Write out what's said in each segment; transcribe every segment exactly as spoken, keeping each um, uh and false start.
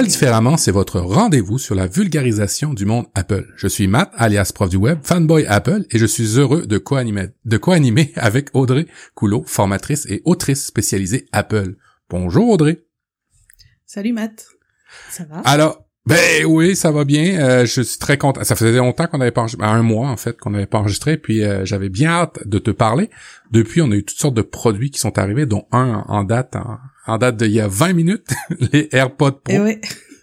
Apple différemment, c'est votre rendez-vous sur la vulgarisation du monde Apple. Je suis Matt, alias prof du web, fanboy Apple, et je suis heureux de co-animer, de co-animer avec Audrey Coulot, formatrice et autrice spécialisée Apple. Bonjour Audrey. Salut Matt. Ça va? Alors, ben oui, ça va bien. Euh, je suis très content. Ça faisait longtemps qu'on avait pas enregistré, un mois en fait qu'on n'avait pas enregistré, puis euh, j'avais bien hâte de te parler. Depuis, on a eu toutes sortes de produits qui sont arrivés, dont un en date en, en date d'il y a vingt minutes, les AirPods Pro. Eh ouais.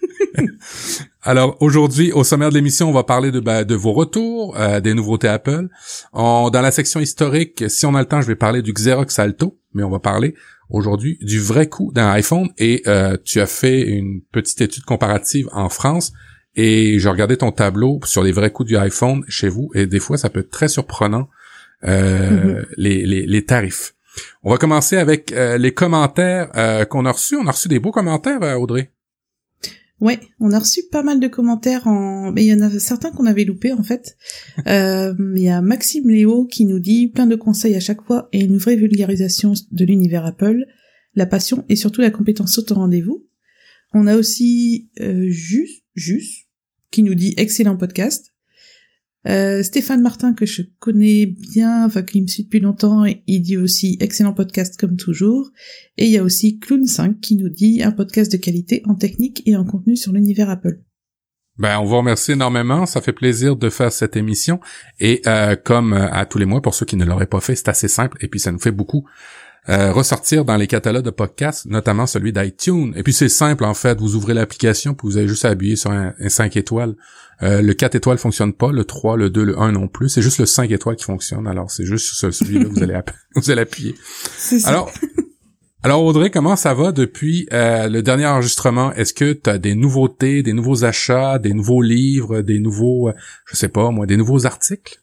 Alors aujourd'hui, au sommaire de l'émission, on va parler de ben, de vos retours, euh, des nouveautés Apple. On, dans la section historique, si on a le temps, je vais parler du Xerox Alto, mais on va parler aujourd'hui du vrai coût d'un iPhone. Et euh, tu as fait une petite étude comparative en France et j'ai regardé ton tableau sur les vrais coûts du iPhone chez vous et des fois, ça peut être très surprenant, euh, mm-hmm. les, les, les tarifs. On va commencer avec euh, les commentaires euh, qu'on a reçus. On a reçu des beaux commentaires, euh, Audrey. Ouais, on a reçu pas mal de commentaires, en... mais il y en a certains qu'on avait loupés en fait. Euh, il y a Maxime Léo qui nous dit plein de conseils à chaque fois et une vraie vulgarisation de l'univers Apple, la passion et surtout la compétence au rendez-vous. On a aussi euh, Jus, Jus qui nous dit excellent podcast. Euh, Stéphane Martin que je connais bien, enfin qui me suit depuis longtemps, il dit aussi excellent podcast comme toujours. Et il y a aussi Clown cinq qui nous dit un podcast de qualité en technique et en contenu sur l'univers Apple. Ben, on vous remercie énormément, ça fait plaisir de faire cette émission. Et euh, comme euh, à tous les mois, pour ceux qui ne l'auraient pas fait, c'est assez simple et puis ça nous fait beaucoup euh, ressortir dans les catalogues de podcasts, notamment celui d'iTunes. Et puis c'est simple en fait, vous ouvrez l'application puis vous avez juste à appuyer sur un, un cinq étoiles. Euh, le quatre étoiles fonctionne pas, le trois, le deux, le un non plus. C'est juste le cinq étoiles qui fonctionne. Alors c'est juste sur celui-là que vous allez app- vous allez appuyer. C'est ça. Alors Alors Audrey, comment ça va depuis euh, le dernier enregistrement? Est-ce que tu as des nouveautés, des nouveaux achats, des nouveaux livres, des nouveaux, euh, je sais pas moi, des nouveaux articles?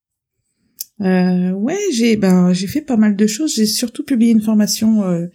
Euh, ouais, j'ai ben j'ai fait pas mal de choses. J'ai surtout publié une formation euh,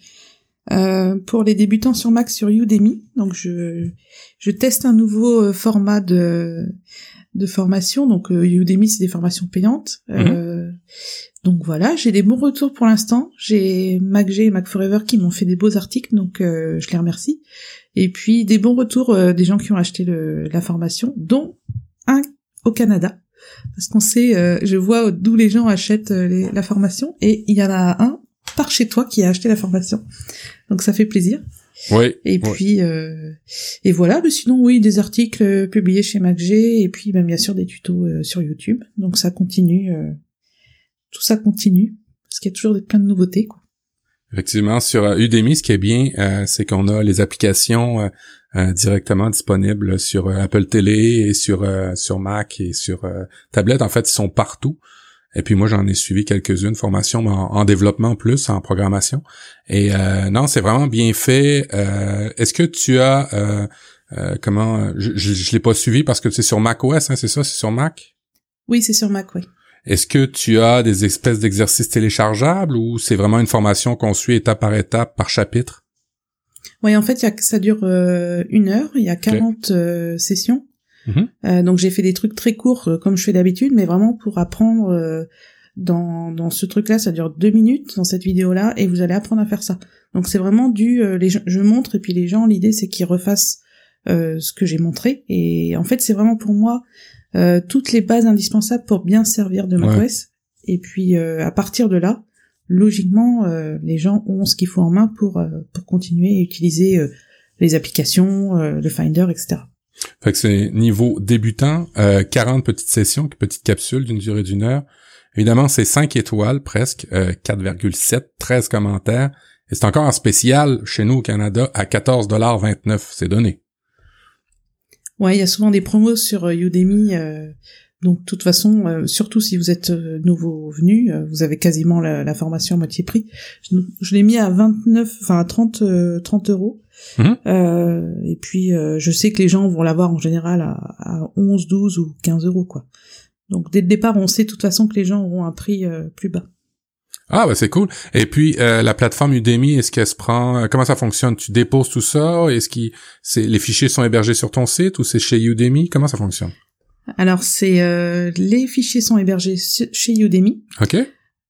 euh, pour les débutants sur Mac sur Udemy. Donc je je teste un nouveau format de de formation. Donc euh, Udemy c'est des formations payantes. Mm-hmm. Euh, donc voilà, j'ai des bons retours pour l'instant. J'ai MacG et Mac Forever qui m'ont fait des beaux articles, donc euh, je les remercie. Et puis des bons retours euh, des gens qui ont acheté le, la formation, dont un au Canada. Parce qu'on sait, euh, je vois d'où les gens achètent euh, les, la formation, et il y en a un par chez toi qui a acheté la formation. Donc ça fait plaisir. Oui. Et oui. puis euh, et voilà, mais sinon oui, des articles euh, publiés chez MacG, et puis ben, bien sûr des tutos euh, sur YouTube. Donc ça continue, euh, tout ça continue, parce qu'il y a toujours plein de nouveautés, quoi. Effectivement, sur euh, Udemy, ce qui est bien, euh, c'est qu'on a les applications euh, euh, directement disponibles sur euh, Apple Télé et sur euh, sur Mac et sur euh, tablette. En fait, ils sont partout. Et puis moi, j'en ai suivi quelques-unes formations en, en développement plus, en programmation. Et euh, non, c'est vraiment bien fait. Euh, est-ce que tu as euh, euh, comment je, je, je l'ai pas suivi parce que c'est sur macOS, hein, c'est ça, c'est sur Mac? Oui, c'est sur Mac, oui. Est-ce que tu as des espèces d'exercices téléchargeables ou c'est vraiment une formation qu'on suit étape par étape, par chapitre? Oui, en fait, y a, ça dure euh, une heure, il y a quarante okay. euh, sessions. Mm-hmm. Euh, donc j'ai fait des trucs très courts, euh, comme je fais d'habitude, mais vraiment pour apprendre euh, dans, dans ce truc-là, ça dure deux minutes dans cette vidéo-là, et vous allez apprendre à faire ça. Donc c'est vraiment du... Euh, les gens, je montre, et puis les gens, l'idée c'est qu'ils refassent euh, ce que j'ai montré. Et en fait, c'est vraiment pour moi... Euh, toutes les bases indispensables pour bien servir de macOS. Ouais. Et puis euh, à partir de là, logiquement, euh, les gens ont ce qu'il faut en main pour euh, pour continuer à utiliser euh, les applications, euh, le Finder, et cetera. Fait que c'est niveau débutant, euh, quarante petites sessions, petites capsules d'une durée d'une heure. Évidemment, c'est cinq étoiles presque, euh, quatre virgule sept, treize commentaires. Et c'est encore en spécial chez nous au Canada à quatorze dollars vingt-neuf. C'est donné. Ouais, il y a souvent des promos sur euh, Udemy, euh, donc de toute façon, euh, surtout si vous êtes euh, nouveau venu, euh, vous avez quasiment la, la formation à moitié prix. Je, je l'ai mis à vingt-neuf, enfin à trente, euh, trente euros. Mmh. Euh, et puis euh, je sais que les gens vont l'avoir en général à, à onze, douze ou quinze euros, quoi. Donc dès le départ, on sait de toute façon que les gens auront un prix euh, plus bas. Ah bah c'est cool. Et puis euh, la plateforme Udemy, est-ce qu'elle se prend, comment ça fonctionne? Tu déposes tout ça? Est-ce que c'est les fichiers sont hébergés sur ton site ou c'est chez Udemy? Comment ça fonctionne? Alors c'est euh, les fichiers sont hébergés chez Udemy. OK.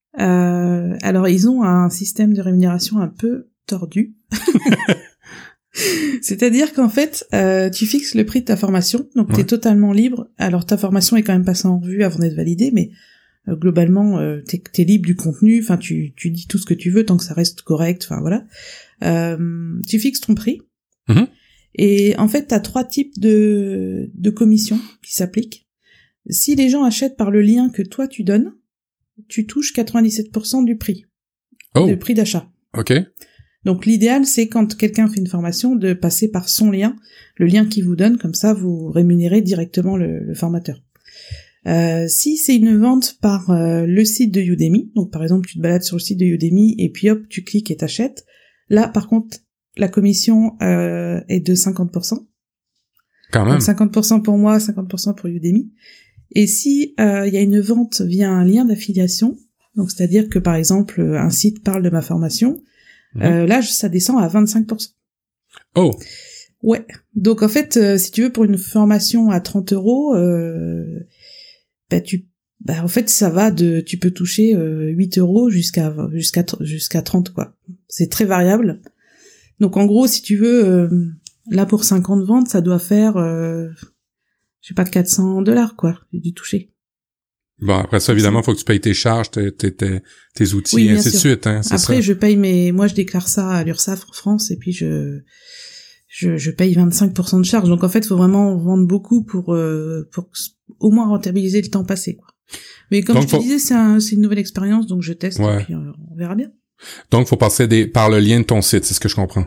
Euh, alors ils ont un système de rémunération un peu tordu. C'est-à-dire qu'en fait, euh, tu fixes le prix de ta formation, donc ouais. T'es totalement libre. Alors ta formation est quand même passée en revue avant d'être validée, mais euh, globalement, euh, t'es, t'es libre du contenu. Enfin, tu, tu dis tout ce que tu veux tant que ça reste correct. Enfin voilà. Euh, tu fixes ton prix. Mm-hmm. Et en fait, t'as trois types de de commissions qui s'appliquent. Si les gens achètent par le lien que toi tu donnes, tu touches quatre-vingt-dix-sept pour cent du prix, oh. du prix d'achat. Ok. Donc l'idéal, c'est quand quelqu'un fait une formation de passer par son lien, le lien qu'il vous donne, comme ça vous rémunérez directement le, le formateur. Euh, si c'est une vente par euh, le site de Udemy, donc par exemple tu te balades sur le site de Udemy et puis hop, tu cliques et t'achètes, là par contre la commission euh, est de cinquante pour cent. Quand même. Donc cinquante pour cent pour moi, cinquante pour cent pour Udemy. Et si il euh, y a une vente via un lien d'affiliation, donc c'est-à-dire que par exemple un site parle de ma formation, Mmh. Euh, là, ça descend à vingt-cinq pour cent. Oh. Ouais. Donc en fait, euh, si tu veux, pour une formation à trente euros, euh, bah tu, bah en fait, ça va de, tu peux toucher euh, huit euros jusqu'à jusqu'à jusqu'à trente quoi. C'est très variable. Donc en gros, si tu veux, euh, là pour cinquante ventes, ça doit faire, euh, je sais pas, quatre cents dollars quoi. J'ai dû toucher. Bon, après ça, évidemment, il faut que tu payes tes charges, tes, tes, tes, tes outils, oui, et ainsi sûr. de suite. Hein, c'est après, ça. je paye mes... Moi, je déclare ça à l'URSSAF France, et puis je... Je, je paye vingt-cinq pour cent de charges. Donc, en fait, il faut vraiment vendre beaucoup pour, euh, pour au moins rentabiliser le temps passé, quoi. Mais comme donc, je te faut... disais, c'est, un, c'est une nouvelle expérience, donc je teste, ouais. Et puis euh, on verra bien. Donc, faut passer des, par le lien de ton site, c'est ce que je comprends.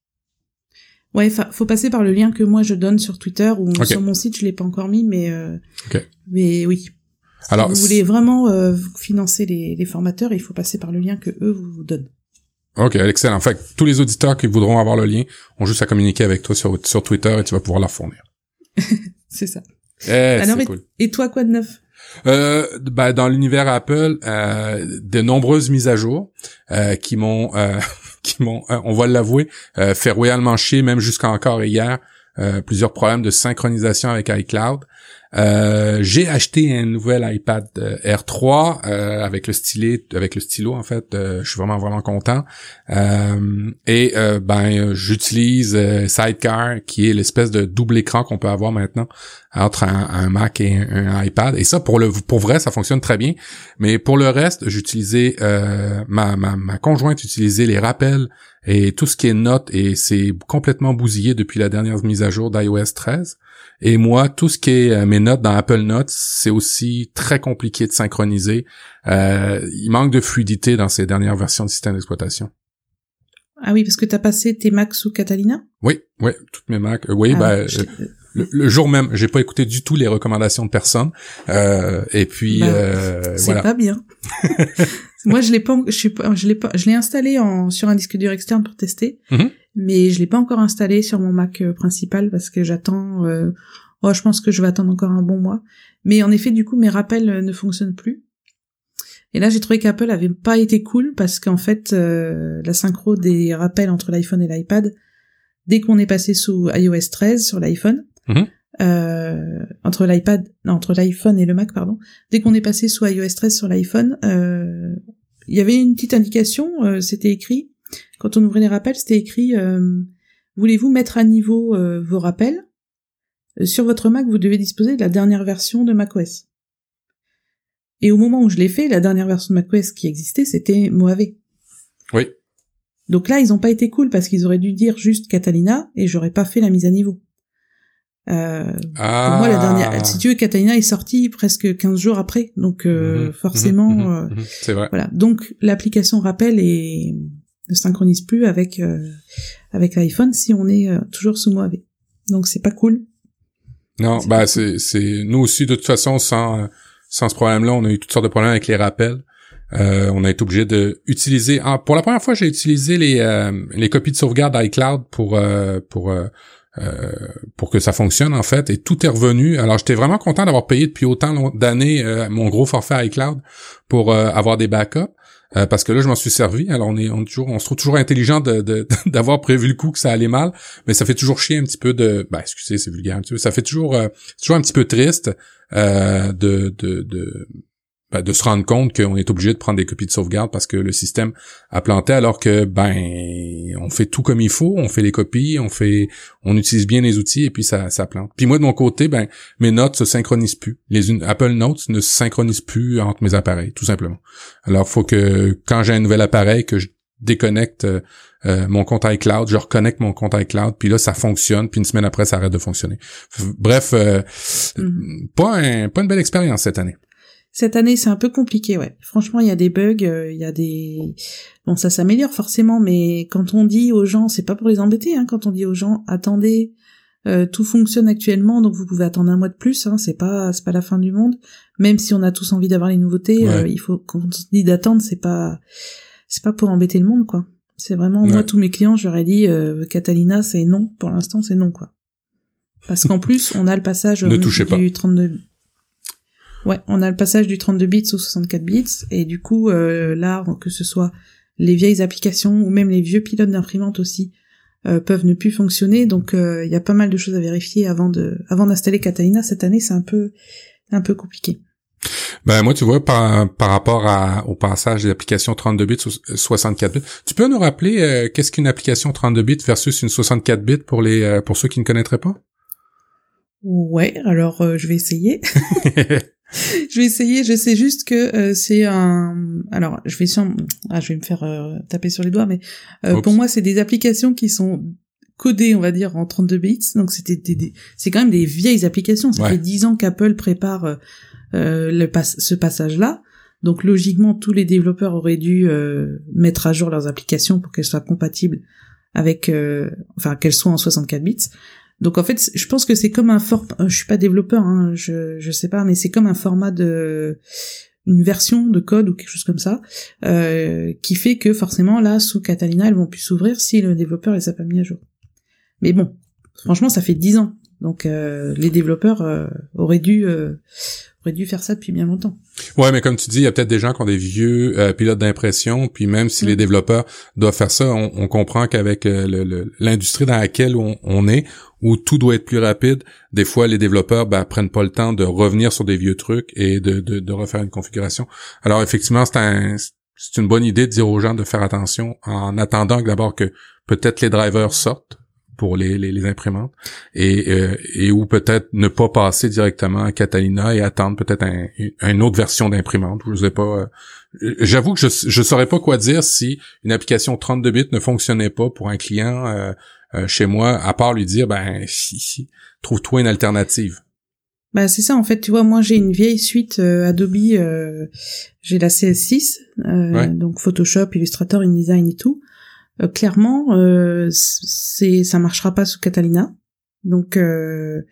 Ouais, fa- faut passer par le lien que moi je donne sur Twitter, ou okay. Sur mon site, je l'ai pas encore mis, mais... Euh, okay. Mais oui. Si Alors, vous voulez vraiment euh, financer les, les formateurs, il faut passer par le lien que eux vous, vous donnent. Ok, excellent. En fait, tous les auditeurs qui voudront avoir le lien ont juste à communiquer avec toi sur, sur Twitter et tu vas pouvoir leur fournir. C'est ça. Eh, Alors, c'est et, cool. Et toi, quoi de neuf? Euh, ben, dans l'univers Apple, euh, de nombreuses mises à jour euh, qui m'ont, euh, qui m'ont, euh, on va l'avouer, euh, fait royalement chier, même jusqu'à encore hier. Euh, plusieurs problèmes de synchronisation avec iCloud. Euh, j'ai acheté un nouvel iPad euh, R trois euh, avec le stylet, avec le stylo en fait. Euh, je suis vraiment vraiment content. Euh, et euh, ben j'utilise euh, Sidecar, qui est l'espèce de double écran qu'on peut avoir maintenant entre un, un Mac et un, un iPad. Et ça pour le pour vrai ça fonctionne très bien. Mais pour le reste, j'utilisais euh, ma, ma ma conjointe utilisait les rappels et tout ce qui est notes, et c'est complètement bousillé depuis la dernière mise à jour d'iOS treize. Et moi, tout ce qui est euh, mes notes dans Apple Notes, c'est aussi très compliqué de synchroniser. Euh, il manque de fluidité dans ces dernières versions du système d'exploitation. Ah oui, parce que t'as passé tes Macs sous Catalina? Oui, oui, toutes mes Macs. Euh, oui, ah, ben, je... le, le jour même, j'ai pas écouté du tout les recommandations de personne. Euh, et puis, bah, euh, c'est voilà. pas bien. Moi, je l'ai pas, je suis pas, je l'ai pas, je l'ai installé en, sur un disque dur externe pour tester. Mm-hmm. Mais je l'ai pas encore installé sur mon Mac euh, principal parce que j'attends, euh, oh, je pense que je vais attendre encore un bon mois. Mais en effet, du coup, mes rappels euh, ne fonctionnent plus. Et là, j'ai trouvé qu'Apple avait pas été cool parce qu'en fait, euh, la synchro des rappels entre l'iPhone et l'iPad, dès qu'on est passé sous iOS treize sur l'iPhone, mm-hmm. euh, entre l'iPad, non, entre l'iPhone et le Mac, pardon, dès qu'on est passé sous iOS treize sur l'iPhone, euh, il y avait une petite indication, euh, c'était écrit, quand on ouvrait les rappels, c'était écrit euh, « Voulez-vous mettre à niveau euh, vos rappels ? Sur votre Mac, vous devez disposer de la dernière version de macOS. » Et au moment où je l'ai fait, la dernière version de macOS qui existait, c'était Mojave. Oui. Donc là, ils n'ont pas été cool parce qu'ils auraient dû dire juste Catalina et j'aurais pas fait la mise à niveau. Euh, ah. Pour moi, la dernière, si tu veux, Catalina est sortie presque quinze jours après, donc euh, mmh, forcément, mmh, euh, mmh, c'est vrai. Voilà. Donc l'application rappel est ne synchronise plus avec euh, avec l'iPhone si on est euh, toujours sous Mojave. Donc c'est pas cool. Non, c'est bah c'est cool. c'est nous aussi de toute façon sans sans ce problème-là, on a eu toutes sortes de problèmes avec les rappels. Euh, on a été obligé de utiliser ah, pour la première fois, j'ai utilisé les euh, les copies de sauvegarde iCloud pour euh, pour euh, Euh, pour que ça fonctionne en fait, et tout est revenu. Alors j'étais vraiment content d'avoir payé depuis autant d'années euh, mon gros forfait iCloud pour euh, avoir des backups, euh, parce que là je m'en suis servi. Alors on est on, toujours, on se trouve toujours intelligent de, de d'avoir prévu le coup que ça allait mal, mais ça fait toujours chier un petit peu de ben excusez c'est vulgaire un petit peu, ça fait toujours euh, c'est toujours un petit peu triste euh, de de de ben, de se rendre compte qu'on est obligé de prendre des copies de sauvegarde parce que le système a planté, alors que ben on fait tout comme il faut, on fait les copies, on fait, on utilise bien les outils et puis ça, ça plante. Puis moi de mon côté, ben mes notes se synchronisent plus. Les Apple Notes ne se synchronisent plus entre mes appareils, tout simplement. Alors faut que quand j'ai un nouvel appareil que je déconnecte euh, euh, mon compte iCloud, je reconnecte mon compte iCloud, puis là ça fonctionne, puis une semaine après ça arrête de fonctionner. Bref, euh, mm-hmm. pas un, pas une belle expérience cette année. Cette année, c'est un peu compliqué, ouais. Franchement, il y a des bugs, il euh, y a des... Bon, ça s'améliore forcément, mais quand on dit aux gens, c'est pas pour les embêter, hein, quand on dit aux gens, attendez, euh, tout fonctionne actuellement, donc vous pouvez attendre un mois de plus, hein, c'est pas c'est pas la fin du monde. Même si on a tous envie d'avoir les nouveautés, ouais. euh, il faut, quand on se dit d'attendre, c'est pas c'est pas pour embêter le monde, quoi. C'est vraiment, ouais. Moi, tous mes clients, je leur ai dit, euh, Catalina, c'est non, pour l'instant, c'est non, quoi. Parce qu'en plus, on a le passage ne touchez du pas. trente-deux... Ouais, on a le passage du trente-deux bits au soixante-quatre bits, et du coup, euh, là, que ce soit les vieilles applications, ou même les vieux pilotes d'imprimante aussi, euh, peuvent ne plus fonctionner, donc il euh, y a pas mal de choses à vérifier avant de, avant d'installer Catalina. Cette année, c'est un peu, un peu compliqué. Ben moi, tu vois, par, par rapport à, au passage des applications trente-deux bits ou soixante-quatre bits, tu peux nous rappeler euh, qu'est-ce qu'une application trente-deux bits versus une soixante-quatre bits pour les euh, pour ceux qui ne connaîtraient pas? Ouais, alors euh, je vais essayer. Je vais essayer, je sais juste que euh, c'est un... Alors, je vais sur... Ah, je vais me faire euh, taper sur les doigts, mais euh, pour moi, c'est des applications qui sont codées, on va dire, en trente-deux bits, donc c'était des, des... c'est quand même des vieilles applications, ça ouais. fait dix ans qu'Apple prépare euh, le pas... ce passage-là, donc logiquement, tous les développeurs auraient dû euh, mettre à jour leurs applications pour qu'elles soient compatibles avec... Euh... Enfin, qu'elles soient en soixante-quatre bits. Donc en fait, je pense que c'est comme un for... je suis pas développeur, hein, je je sais pas, mais c'est comme un format de une version de code ou quelque chose comme ça, euh, qui fait que forcément là sous Catalina elles vont plus s'ouvrir si le développeur les a pas mis à jour. Mais bon, franchement ça fait dix ans, donc euh, les développeurs euh, auraient dû euh, auraient dû faire ça depuis bien longtemps. Ouais, mais comme tu dis, il y a peut-être des gens qui ont des vieux euh, pilotes d'impression, puis même si mmh. les développeurs doivent faire ça, on, on comprend qu'avec euh, le, le, l'industrie dans laquelle on, on est, où tout doit être plus rapide, des fois les développeurs ben, prennent pas le temps de revenir sur des vieux trucs et de, de, de refaire une configuration. Alors effectivement, c'est un c'est une bonne idée de dire aux gens de faire attention en attendant d'abord que peut-être les drivers sortent pour les, les, les imprimantes et, euh, et ou peut-être ne pas passer directement à Catalina et attendre peut-être un, une autre version d'imprimante. Je sais pas. Euh, j'avoue que je je saurais pas quoi dire si une application trente-deux bits ne fonctionnait pas pour un client euh, euh, chez moi, à part lui dire ben si, si trouve-toi une alternative. Bah c'est ça en fait, tu vois, moi j'ai une vieille suite euh, Adobe, euh, j'ai la C S six, euh, ouais. donc Photoshop, Illustrator, InDesign et tout. Euh, clairement, euh, c'est ça marchera pas sous Catalina, donc euh,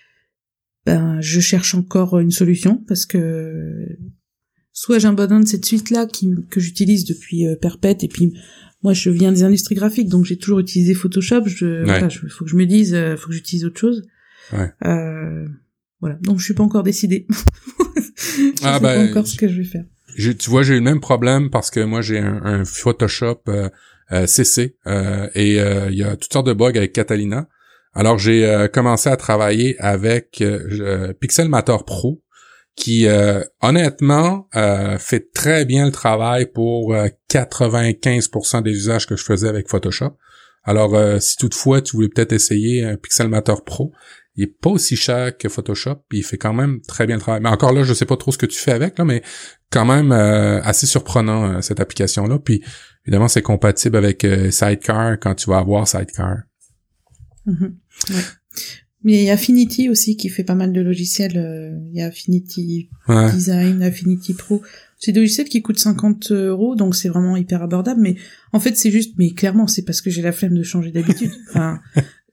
ben je cherche encore une solution parce que soit j'abandonne cette suite là qui que j'utilise depuis euh, perpète et puis moi je viens des industries graphiques donc j'ai toujours utilisé Photoshop, je ouais. voilà, je, faut que je me dise, euh, faut que j'utilise autre chose. Ouais. Euh, voilà, donc je suis pas encore décidée. je ah sais ben, pas encore ce que je vais faire. Je, tu vois, j'ai eu le même problème parce que moi j'ai un, un Photoshop euh, euh, C C euh, et il euh, y a toutes sortes de bugs avec Catalina. Alors j'ai euh, commencé à travailler avec euh, Pixelmator Pro qui euh, honnêtement euh, fait très bien le travail pour euh, quatre-vingt-quinze pour cent des usages que je faisais avec Photoshop. Alors euh, si toutefois tu voulais peut-être essayer un Pixelmator Pro, il est pas aussi cher que Photoshop, puis il fait quand même très bien le travail. Mais encore là, je sais pas trop ce que tu fais avec, là, mais quand même euh, assez surprenant euh, cette application-là. Puis évidemment, c'est compatible avec euh, Sidecar quand tu vas avoir Sidecar. Mm-hmm. Ouais. Mais il y a Affinity aussi qui fait pas mal de logiciels. Euh, il y a Affinity ouais. Design, Affinity Pro. C'est des logiciels qui coûtent cinquante euros, donc c'est vraiment hyper abordable. Mais en fait, c'est juste, mais clairement, c'est parce que j'ai la flemme de changer d'habitude. Enfin.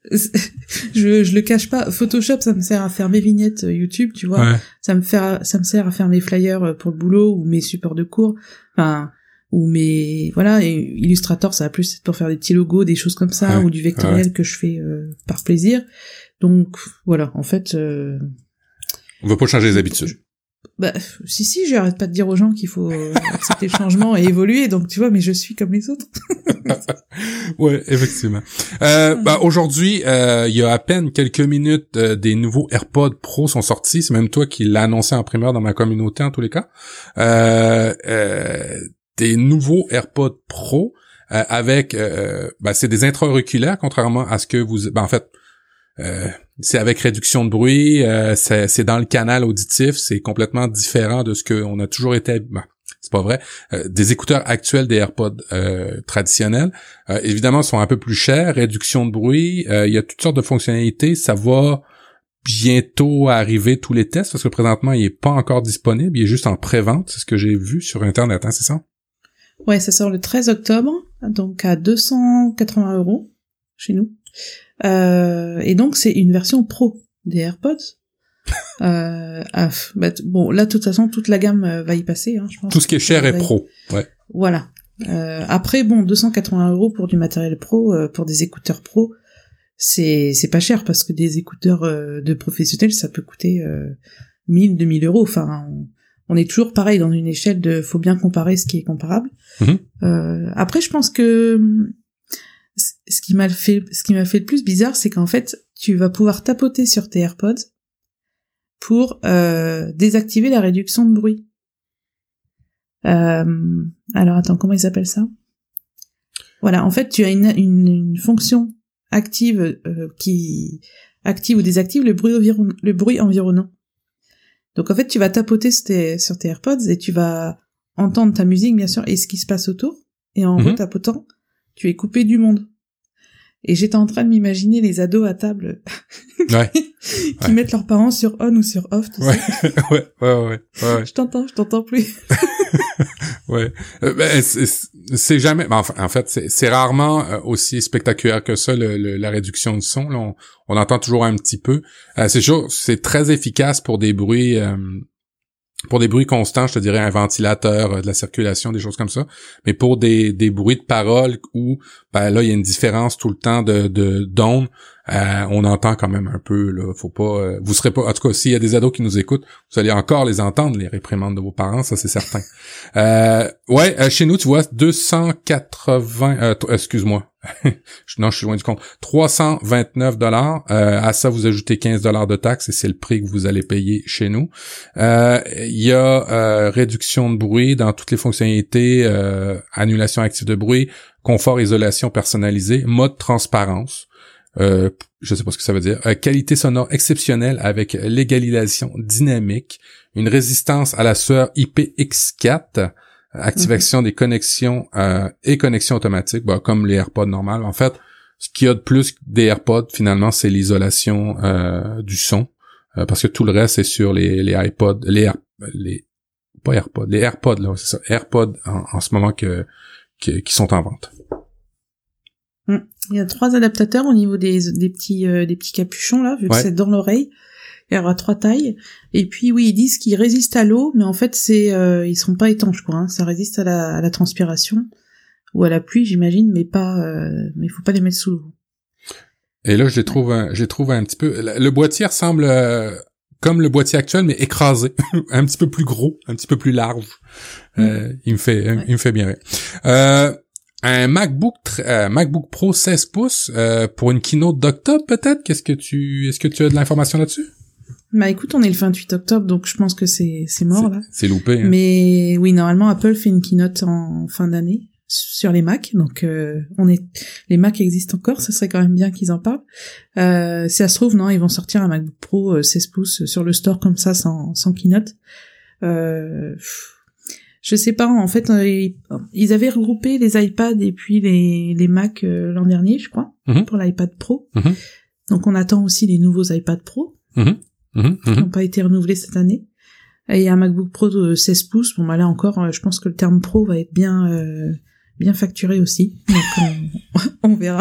je je le cache pas, Photoshop ça me sert à faire mes vignettes YouTube, tu vois, ouais. ça me fait ça me sert à faire mes flyers pour le boulot ou mes supports de cours, enfin ou mes voilà, et Illustrator ça va plus être pour faire des petits logos, des choses comme ça, ouais. ou du vectoriel ouais. que je fais euh, par plaisir. Donc voilà, en fait euh, on veut pas changer les habitudes. Bah, si, si, j'arrête pas de dire aux gens qu'il faut accepter le changement et évoluer, donc tu vois, mais je suis comme les autres. Ouais, effectivement. Euh, bah, aujourd'hui, euh, il y a à peine quelques minutes, euh, des nouveaux AirPods Pro sont sortis. C'est même toi qui l'as annoncé en primeur dans ma communauté, en tous les cas. Euh, euh, des nouveaux AirPods Pro euh, avec, euh, bah, c'est des intra-auriculaires, contrairement à ce que vous... Ben, en fait... Euh, c'est avec réduction de bruit, euh, c'est, c'est dans le canal auditif, c'est complètement différent de ce qu'on a toujours été... Ben, c'est pas vrai. Euh, des écouteurs actuels des AirPods euh, traditionnels, euh, évidemment, sont un peu plus chers, réduction de bruit, euh, il y a toutes sortes de fonctionnalités, ça va bientôt arriver tous les tests, parce que présentement, il est pas encore disponible, il est juste en pré-vente, c'est ce que j'ai vu sur Internet, hein, c'est ça? Ouais, ça sort le treize octobre, donc à deux cent quatre-vingts euros chez nous. Euh, et donc c'est une version pro des AirPods. euh, ah, bah, bon, là de toute façon toute la gamme euh, va y passer, hein, je pense. Tout ce qui est cher est y... pro, ouais. Voilà. Euh, après, bon, deux cent quatre-vingts euros pour du matériel pro, euh, pour des écouteurs pro, c'est c'est pas cher parce que des écouteurs euh, de professionnels, ça peut coûter euh, mille, deux mille euros. Enfin, on, on est toujours pareil dans une échelle de, faut bien comparer ce qui est comparable. Mm-hmm. Euh, après, je pense que ce qui m'a fait, ce qui m'a fait le plus bizarre, c'est qu'en fait, tu vas pouvoir tapoter sur tes AirPods pour euh, désactiver la réduction de bruit. Euh, alors attends, comment ils appellent ça ? Voilà, en fait, tu as une, une, une fonction active euh, qui active ou désactive le bruit, environ, le bruit environnant. Donc en fait, tu vas tapoter sur tes, sur tes AirPods et tu vas entendre ta musique, bien sûr, et ce qui se passe autour. Et en mm-hmm. tapotant, tu es coupé du monde. Et j'étais en train de m'imaginer les ados à table ouais. qui ouais. mettent leurs parents sur on ou sur off, tu ouais. sais. ouais, ouais, ouais, ouais. Je t'entends, je t'entends plus. ouais. Euh, ben, c'est, c'est jamais... Ben, en fait, c'est, c'est rarement euh, aussi spectaculaire que ça, le, le, la réduction du son. Là, on, on entend toujours un petit peu. Euh, c'est sûr, c'est très efficace pour des bruits... Euh, pour des bruits constants, je te dirais un ventilateur, euh, de la circulation, des choses comme ça. Mais pour des, des bruits de parole où, ben là, il y a une différence tout le temps de, de d'ondes, euh, on entend quand même un peu, là. Faut pas, euh, vous serez pas, en tout cas, s'il y a des ados qui nous écoutent, vous allez encore les entendre, les réprimandes de vos parents, ça c'est certain. euh, ouais, euh, chez nous, tu vois, deux cent quatre-vingts, euh, t- excuse-moi. non, je suis loin du compte. trois cent vingt-neuf dollars. Euh, à ça, vous ajoutez quinze dollars de taxes et c'est le prix que vous allez payer chez nous. Euh, il y a euh, réduction de bruit dans toutes les fonctionnalités, euh, annulation active de bruit, confort, isolation personnalisée, mode transparence. Euh, je sais pas ce que ça veut dire. Euh, qualité sonore exceptionnelle avec légalisation dynamique, une résistance à la sueur I P X quatre, activation mm-hmm. des connexions euh, et connexions automatiques, bah, comme les AirPods normales. En fait, ce qu'il y a de plus des AirPods, finalement, c'est l'isolation euh, du son, euh, parce que tout le reste est sur les, les iPods, les, Air, les pas AirPods, les AirPods là, c'est ça, AirPods en, en ce moment que, que qui sont en vente. Mm. Il y a trois adaptateurs au niveau des, des petits euh, des petits capuchons là, vu que ouais. c'est dans l'oreille. Il y aura trois tailles. Et puis oui, ils disent qu'ils résistent à l'eau, mais en fait c'est euh, ils sont pas étanches quoi. Hein. Ça résiste à la, à la transpiration ou à la pluie, j'imagine, mais pas. Euh, mais il faut pas les mettre sous l'eau. Et là, je les trouve, un, je les trouve un petit peu. Le boîtier ressemble euh, comme le boîtier actuel, mais écrasé, un petit peu plus gros, un petit peu plus large. Mm. Euh, il me fait, ouais. il me fait bien rire. Euh, Un MacBook euh, MacBook Pro seize pouces euh, pour une keynote d'octobre peut-être. Qu'est-ce que tu est-ce que tu as de l'information là-dessus? Bah écoute, on est le vingt-huit octobre, donc je pense que c'est c'est mort c'est, là. C'est loupé. Hein. Mais oui, normalement Apple fait une keynote en fin d'année sur les Mac, donc euh, on est les Mac existent encore, ce serait quand même bien qu'ils en parlent. Euh, si ça se trouve non, ils vont sortir un MacBook Pro euh, seize pouces sur le store comme ça sans sans keynote. Euh, Je sais pas, en fait, euh, ils avaient regroupé les iPads et puis les, les Mac euh, l'an dernier, je crois, mm-hmm. pour l'iPad Pro. Mm-hmm. Donc on attend aussi les nouveaux iPad Pro, mm-hmm. Mm-hmm. qui n'ont pas été renouvelés cette année. Et un MacBook Pro de seize pouces, bon bah là encore, je pense que le terme Pro va être bien euh, bien facturé aussi. Donc on, on verra.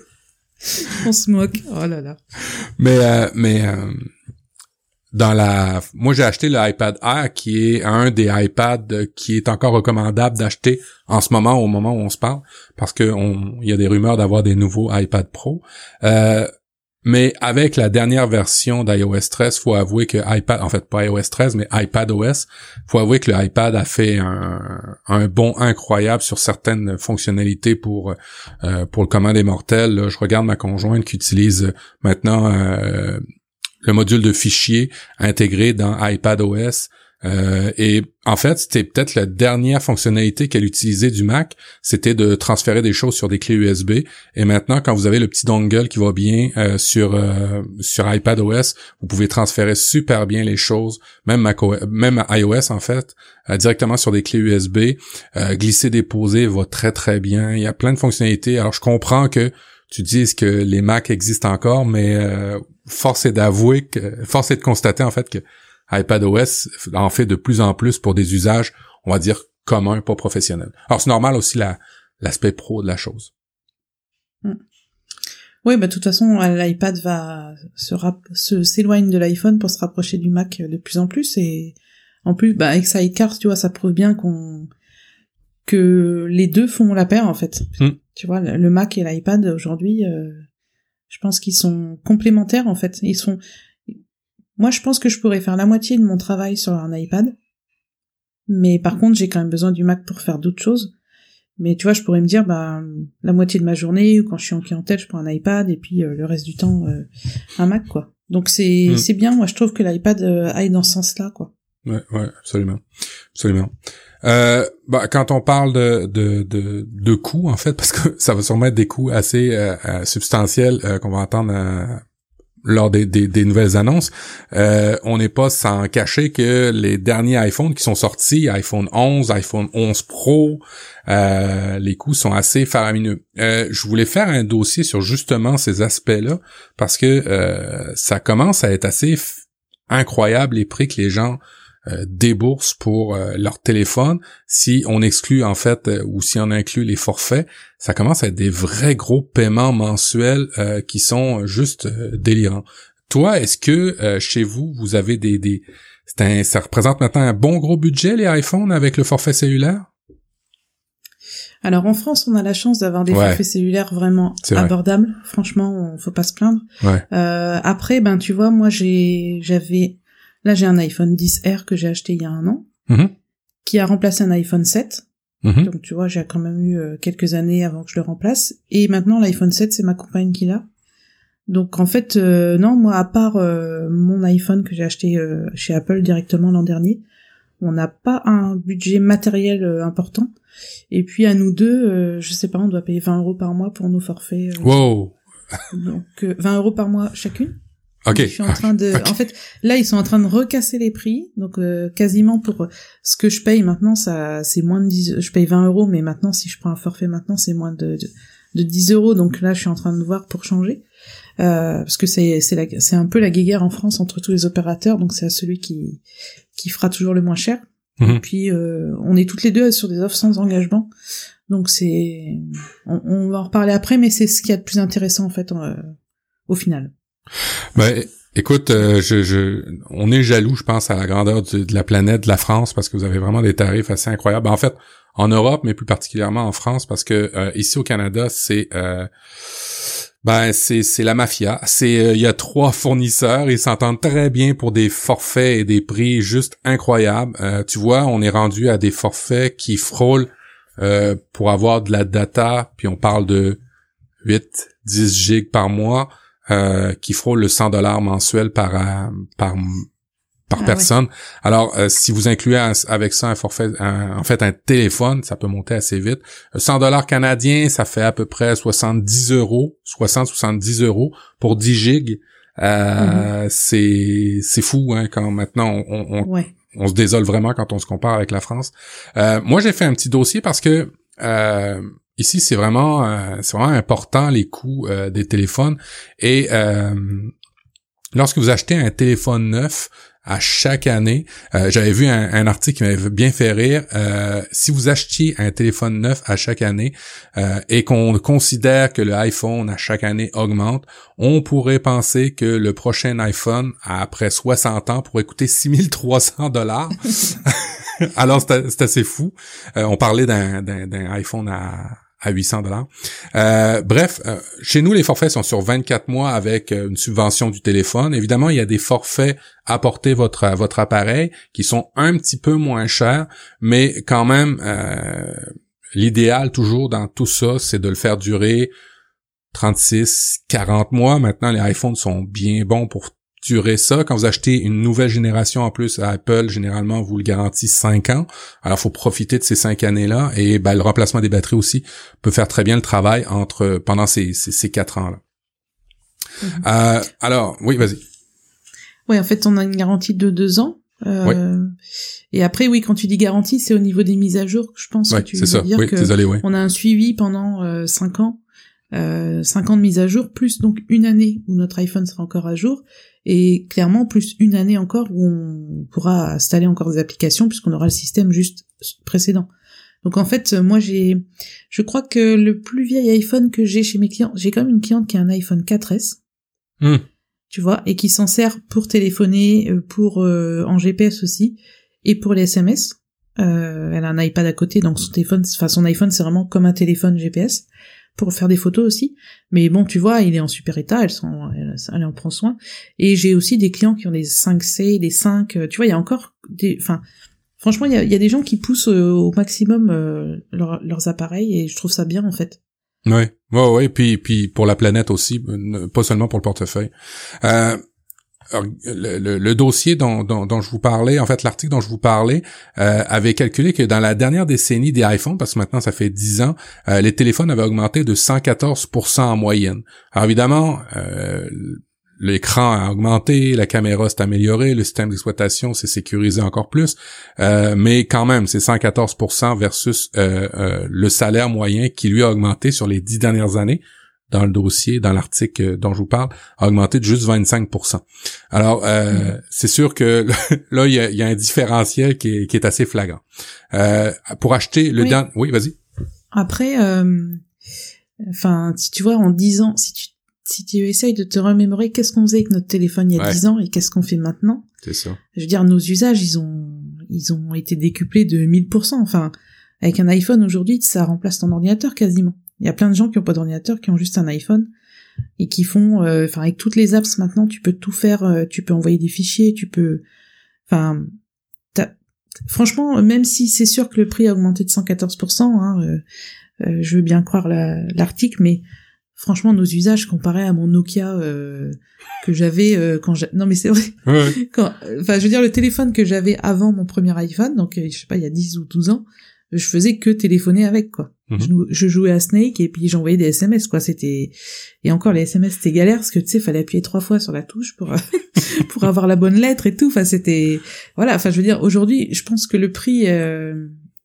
On se moque. Oh là là. Mais, euh, mais... Euh... Dans la, moi j'ai acheté le iPad Air qui est un des iPads qui est encore recommandable d'acheter en ce moment, au moment où on se parle, parce que on, il y a des rumeurs d'avoir des nouveaux iPad Pro. Euh, Mais avec la dernière version d'iOS treize, faut avouer que iPad, en fait pas iOS treize, mais iPadOS, faut avouer que le iPad a fait un, un bond incroyable sur certaines fonctionnalités pour euh, pour le commun des mortels. Là, je regarde ma conjointe qui utilise maintenant euh, le module de fichiers intégré dans iPadOS. Euh, et en fait, c'était peut-être la dernière fonctionnalité qu'elle utilisait du Mac, c'était de transférer des choses sur des clés U S B. Et maintenant, quand vous avez le petit dongle qui va bien euh, sur euh, sur iPadOS, vous pouvez transférer super bien les choses, même macOS, même iOS en fait, euh, directement sur des clés U S B. Euh, glisser, déposer va très très bien. Il y a plein de fonctionnalités. Alors, je comprends que tu dises que les Mac existent encore, mais euh, force est d'avouer que, force est de constater en fait que iPadOS en fait de plus en plus pour des usages, on va dire, communs, pas professionnels. Alors, c'est normal aussi la, l'aspect pro de la chose. Mm. Oui, bah, de toute façon, l'iPad va se, rap- se s'éloigne de l'iPhone pour se rapprocher du Mac de plus en plus, et en plus, bah, avec Sidecar, tu vois, ça prouve bien qu'on, que les deux font la paire, en fait. Mm. Tu vois, le Mac et l'iPad, aujourd'hui, euh, je pense qu'ils sont complémentaires, en fait. Ils sont, Moi, je pense que je pourrais faire la moitié de mon travail sur un iPad, mais par contre, j'ai quand même besoin du Mac pour faire d'autres choses. Mais tu vois, je pourrais me dire, bah, la moitié de ma journée, ou quand je suis en clientèle, je prends un iPad, et puis euh, le reste du temps, euh, un Mac, quoi. Donc c'est mmh. c'est bien, moi, je trouve que l'iPad euh, aille dans ce sens-là, quoi. Ouais, ouais, absolument. Absolument. Euh, bah, quand on parle de, de, de, de coûts, en fait, parce que ça va sûrement être des coûts assez euh, substantiels euh, qu'on va entendre euh, lors des, des, des nouvelles annonces, euh, on n'est pas sans cacher que les derniers iPhones qui sont sortis, iPhone onze, iPhone onze Pro, euh, les coûts sont assez faramineux. Euh, je voulais faire un dossier sur justement ces aspects-là parce que euh, ça commence à être assez f- incroyable les prix que les gens Euh, déboursent pour euh, leur téléphone. Si on exclut en fait euh, ou si on inclut les forfaits, ça commence à être des vrais gros paiements mensuels euh, qui sont juste euh, délirants. Toi, est-ce que euh, chez vous, vous avez des des c'est un, ça représente maintenant un bon gros budget les iPhones avec le forfait cellulaire? Alors en France, on a la chance d'avoir des ouais. forfaits cellulaires vraiment c'est abordables. Vrai. Franchement, on, faut pas se plaindre. Ouais. Euh, après, ben tu vois, moi j'ai j'avais Là, j'ai un iPhone dix R que j'ai acheté il y a un an, mmh. qui a remplacé un iPhone sept. Mmh. Donc, tu vois, j'ai quand même eu euh, quelques années avant que je le remplace. Et maintenant, l'iPhone sept, c'est ma compagne qui l'a. Donc, en fait, euh, non, moi, à part euh, mon iPhone que j'ai acheté euh, chez Apple directement l'an dernier, on n'a pas un budget matériel euh, important. Et puis, à nous deux, euh, je sais pas, on doit payer vingt euros par mois pour nos forfaits. Euh, wow! Donc, euh, vingt euros par mois chacune. Ok. Je suis en train de, okay. en fait, là ils sont en train de recasser les prix, donc euh, quasiment pour ce que je paye maintenant, ça, c'est moins de dix, je paye vingt euros, mais maintenant si je prends un forfait maintenant, c'est moins de, de, de dix euros, donc là je suis en train de voir pour changer, euh, parce que c'est, c'est la, c'est un peu la guéguerre en France entre tous les opérateurs, donc c'est à celui qui, qui fera toujours le moins cher. Mm-hmm. Et puis euh, on est toutes les deux sur des offres sans engagement, donc c'est, on, on va en reparler après, mais c'est ce qu'il y a de plus intéressant en fait, euh, au final. Ben, écoute, euh, je, je, on est jaloux, je pense, à la grandeur de, de la planète, de la France, parce que vous avez vraiment des tarifs assez incroyables. En fait, en Europe, mais plus particulièrement en France, parce que euh, ici au Canada, c'est euh, ben c'est c'est la mafia. C'est il euh, y a trois fournisseurs, ils s'entendent très bien pour des forfaits et des prix juste incroyables. Euh, tu vois, on est rendu à des forfaits qui frôlent euh, pour avoir de la data, puis on parle de huit, dix gigs par mois. Euh, qui frôle le cent dollars mensuel par euh, par par ah personne. Ouais. Alors euh, si vous incluez un, avec ça un forfait un, en fait un téléphone, ça peut monter assez vite. cent dollars canadiens, ça fait à peu près soixante-dix euros, soixante soixante-dix euros pour dix gigs. Euh, mm-hmm. c'est c'est fou hein quand maintenant on on, on, ouais. on se désole vraiment quand on se compare avec la France. Euh, moi j'ai fait un petit dossier parce que euh, ici, c'est vraiment, euh, c'est vraiment important les coûts euh, des téléphones. Et euh, lorsque vous achetez un téléphone neuf à chaque année, euh, j'avais vu un, un article qui m'avait bien fait rire. Euh, si vous achetiez un téléphone neuf à chaque année euh, et qu'on considère que le iPhone à chaque année augmente, on pourrait penser que le prochain iPhone, après soixante ans, pourrait coûter six mille trois cents dollars. Alors, c'est, c'est assez fou. Euh, on parlait d'un, d'un, d'un iPhone à à huit cents dollars. Euh, bref, euh, chez nous, les forfaits sont sur vingt-quatre mois avec euh, une subvention du téléphone. Évidemment, il y a des forfaits apportés votre à votre appareil qui sont un petit peu moins chers, mais quand même, euh, l'idéal toujours dans tout ça, c'est de le faire durer trente-six, quarante mois. Maintenant, les iPhones sont bien bons pour durer ça. Quand vous achetez une nouvelle génération en plus à Apple, généralement, vous le garantissez cinq ans. Alors, faut profiter de ces cinq années-là. Et ben, le remplacement des batteries aussi peut faire très bien le travail entre pendant ces, ces, ces quatre ans-là. Mm-hmm. Euh, alors, oui, vas-y. Oui, en fait, on a une garantie de deux ans. Euh, oui. Et après, oui, quand tu dis garantie, c'est au niveau des mises à jour. Je pense ouais, que tu veux ça. dire oui, que désolé, oui. on a un suivi pendant euh, cinq ans. Euh, cinq ans de mise à jour, plus donc une année où notre iPhone sera encore à jour, et clairement plus une année encore où on pourra installer encore des applications puisqu'on aura le système juste précédent. Donc en fait, moi j'ai, je crois que le plus vieil iPhone que j'ai chez mes clients, j'ai quand même une cliente qui a un iPhone quatre S, mm. tu vois, et qui s'en sert pour téléphoner, pour euh, en G P S aussi, et pour les S M S. Euh, elle a un iPad à côté, donc son téléphone, enfin son iPhone c'est vraiment comme un téléphone G P S. Pour faire des photos aussi, mais bon, tu vois, il est en super état, elle, s'en, elle, elle en prend soin, et j'ai aussi des clients qui ont des cinq C, des cinq, tu vois, il y a encore des, enfin, franchement, il y a, il y a des gens qui poussent euh, au maximum euh, leur, leurs appareils, et je trouve ça bien, en fait. Ouais, ouais, ouais, puis, puis pour la planète aussi, pas seulement pour le portefeuille. Euh, Le, le, le dossier dont, dont, dont je vous parlais, en fait l'article dont je vous parlais, euh, avait calculé que dans la dernière décennie des iPhones, parce que maintenant ça fait dix ans, euh, les téléphones avaient augmenté de cent quatorze pour cent en moyenne. Alors évidemment, euh, l'écran a augmenté, la caméra s'est améliorée, le système d'exploitation s'est sécurisé encore plus, euh, mais quand même, c'est cent quatorze pour cent versus euh, euh, le salaire moyen qui lui a augmenté sur les dix dernières années. Dans le dossier, dans l'article dont je vous parle, a augmenté de juste vingt-cinq pour cent. Alors, euh, mmh. c'est sûr que là, il y a, il y a un différentiel qui est, qui est assez flagrant. Euh, pour acheter le... Oui, dan... oui vas-y. Après, enfin, euh, si tu vois, en dix ans, si tu, si tu essayes de te remémorer qu'est-ce qu'on faisait avec notre téléphone il y a ouais. dix ans et qu'est-ce qu'on fait maintenant, c'est ça. Je veux dire, nos usages, ils ont, ils ont été décuplés de mille pour cent. Enfin, avec un iPhone aujourd'hui, ça remplace ton ordinateur quasiment. Il y a plein de gens qui ont pas d'ordinateur, qui ont juste un iPhone et qui font, euh, enfin avec toutes les apps maintenant, tu peux tout faire, euh, tu peux envoyer des fichiers, tu peux, enfin, franchement, même si c'est sûr que le prix a augmenté de cent quatorze pour cent, hein, euh, euh, je veux bien croire la, l'article, mais franchement, nos usages comparés à mon Nokia euh, que j'avais euh, quand j'ai, non mais c'est vrai, ouais. quand, enfin je veux dire le téléphone que j'avais avant mon premier iPhone, donc je sais pas, il y a dix ou douze ans. Je faisais que téléphoner avec, quoi. Mm-hmm. Je, je jouais à Snake et puis j'envoyais des S M S, quoi. C'était, et encore les S M S c'était galère parce que tu sais, fallait appuyer trois fois sur la touche pour pour avoir la bonne lettre et tout. Enfin, c'était, voilà. Enfin, je veux dire, aujourd'hui, je pense que le prix, euh...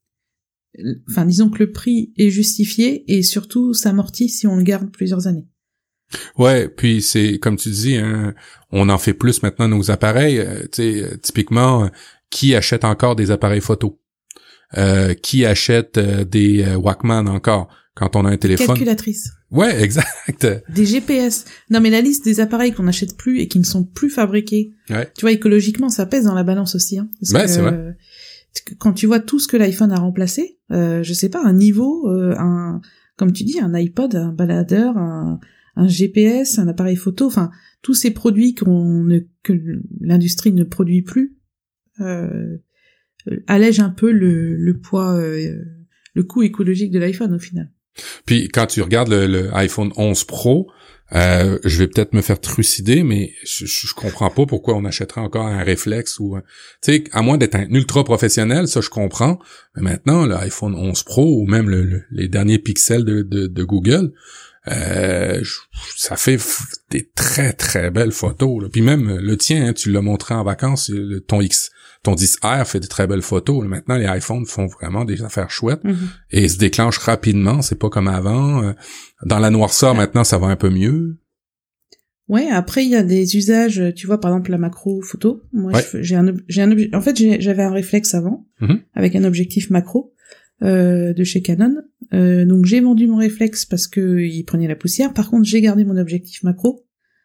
enfin, disons que le prix est justifié et surtout s'amortit si on le garde plusieurs années. Ouais, puis c'est comme tu dis, hein, on en fait plus maintenant nos appareils. Euh, tu sais, typiquement, euh, qui achète encore des appareils photo? Euh, qui achète euh, des euh, Walkman encore quand on a un téléphone? Calculatrice. Ouais, exact. Des G P S. Non, mais la liste des appareils qu'on n'achète plus et qui ne sont plus fabriqués. Ouais. Tu vois, écologiquement, ça pèse dans la balance aussi. Hein, parce ouais, que, c'est vrai. Euh, quand tu vois tout ce que l'iPhone a remplacé, euh, je sais pas, un niveau, euh, un, comme tu dis, un iPod, un baladeur, un, un G P S, un appareil photo, enfin, tous ces produits qu'on ne, que l'industrie ne produit plus, euh, allège un peu le, le poids, euh, le coût écologique de l'iPhone au final. Puis quand tu regardes le, le iPhone onze Pro, euh, je vais peut-être me faire trucider, mais je, je, je comprends pas pourquoi on achèterait encore un réflexe ou, tu sais, à moins d'être un ultra professionnel, ça je comprends. Mais maintenant, l'iPhone onze Pro ou même le, le, les derniers pixels de, de, de Google, euh, je, ça fait des très très belles photos. Là. Puis même le tien, hein, tu l'as montré en vacances, le, ton X. Ton dix R fait de très belles photos. Maintenant, les iPhones font vraiment des affaires chouettes mm-hmm. et se déclenchent rapidement. C'est pas comme avant. Dans la noirceur, ouais. Maintenant, ça va un peu mieux. Ouais. Après, il y a des usages. Tu vois, par exemple, la macro photo. Moi, ouais. je, j'ai un, j'ai un obje- en fait, j'ai, j'avais un réflexe avant mm-hmm. avec un objectif macro euh, de chez Canon. Euh, donc, j'ai vendu mon réflexe parce que il prenait la poussière. Par contre, j'ai gardé mon objectif macro.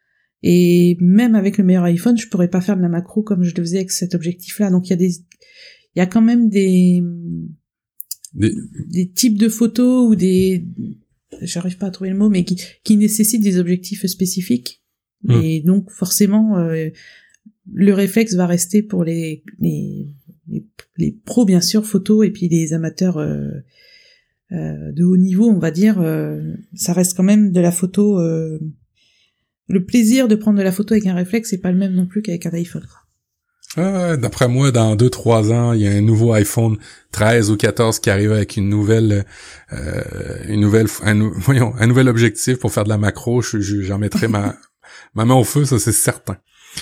Et même avec le meilleur iPhone, je pourrais pas faire de la macro comme je le faisais avec cet objectif-là. Donc il y a des, il y a quand même des, des... des types de photos ou des, j'arrive pas à trouver le mot, mais qui, qui nécessitent des objectifs spécifiques. Mmh. Et donc, forcément, euh, le réflexe va rester pour les, les, les, les pros, bien sûr, photos, et puis les amateurs, euh, euh, de haut niveau, on va dire, euh, ça reste quand même de la photo, euh, le plaisir de prendre de la photo avec un réflexe, c'est pas le même non plus qu'avec un iPhone, quoi. Euh, d'après moi, dans deux, trois ans, il y a un nouveau iPhone treize ou quatorze qui arrive avec une nouvelle, euh, une nouvelle, un, voyons, un nouvel objectif pour faire de la macro. Je, je, j'en mettrai ma, ma main au feu, ça c'est certain.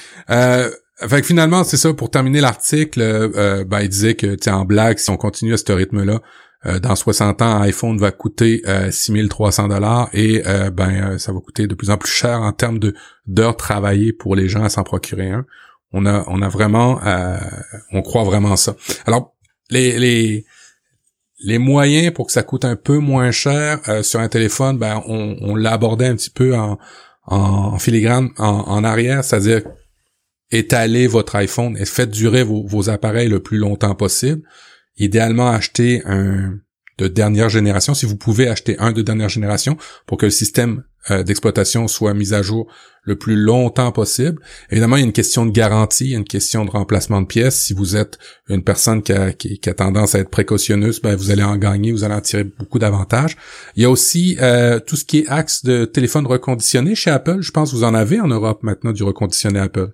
Euh, fait que finalement, c'est ça, pour terminer l'article, euh, ben, il disait que, tu sais, en blague, si on continue à ce rythme-là, euh, dans soixante ans, un iPhone va coûter euh, six mille trois cents dollars et, euh, ben, euh, ça va coûter de plus en plus cher en termes de, d'heures travaillées pour les gens à s'en procurer un. On a, on a vraiment, euh, on croit vraiment ça. Alors, les, les, les moyens pour que ça coûte un peu moins cher euh, sur un téléphone, ben, on, on l'a abordé un petit peu en, en, en filigrane, en, en arrière, c'est-à-dire étaler votre iPhone et faites durer vos, vos appareils le plus longtemps possible. Idéalement, acheter un de dernière génération, si vous pouvez acheter un de dernière génération pour que le système euh, d'exploitation soit mis à jour le plus longtemps possible. Évidemment, il y a une question de garantie, il y a une question de remplacement de pièces. Si vous êtes une personne qui a, qui, qui a tendance à être précautionneuse, ben vous allez en gagner, vous allez en tirer beaucoup d'avantages. Il y a aussi euh, tout ce qui est axe de téléphone reconditionné chez Apple. Je pense que vous en avez en Europe maintenant du reconditionné Apple.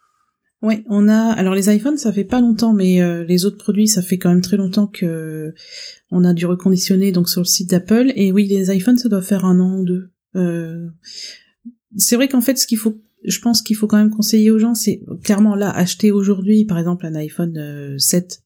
Oui, on a, alors les iPhones, ça fait pas longtemps, mais euh, les autres produits, ça fait quand même très longtemps que on a du reconditionné donc sur le site d'Apple. Et oui, les iPhones, ça doit faire un an ou deux. Euh, c'est vrai qu'en fait, ce qu'il faut, je pense qu'il faut quand même conseiller aux gens, c'est clairement là, acheter aujourd'hui, par exemple, un iPhone euh, sept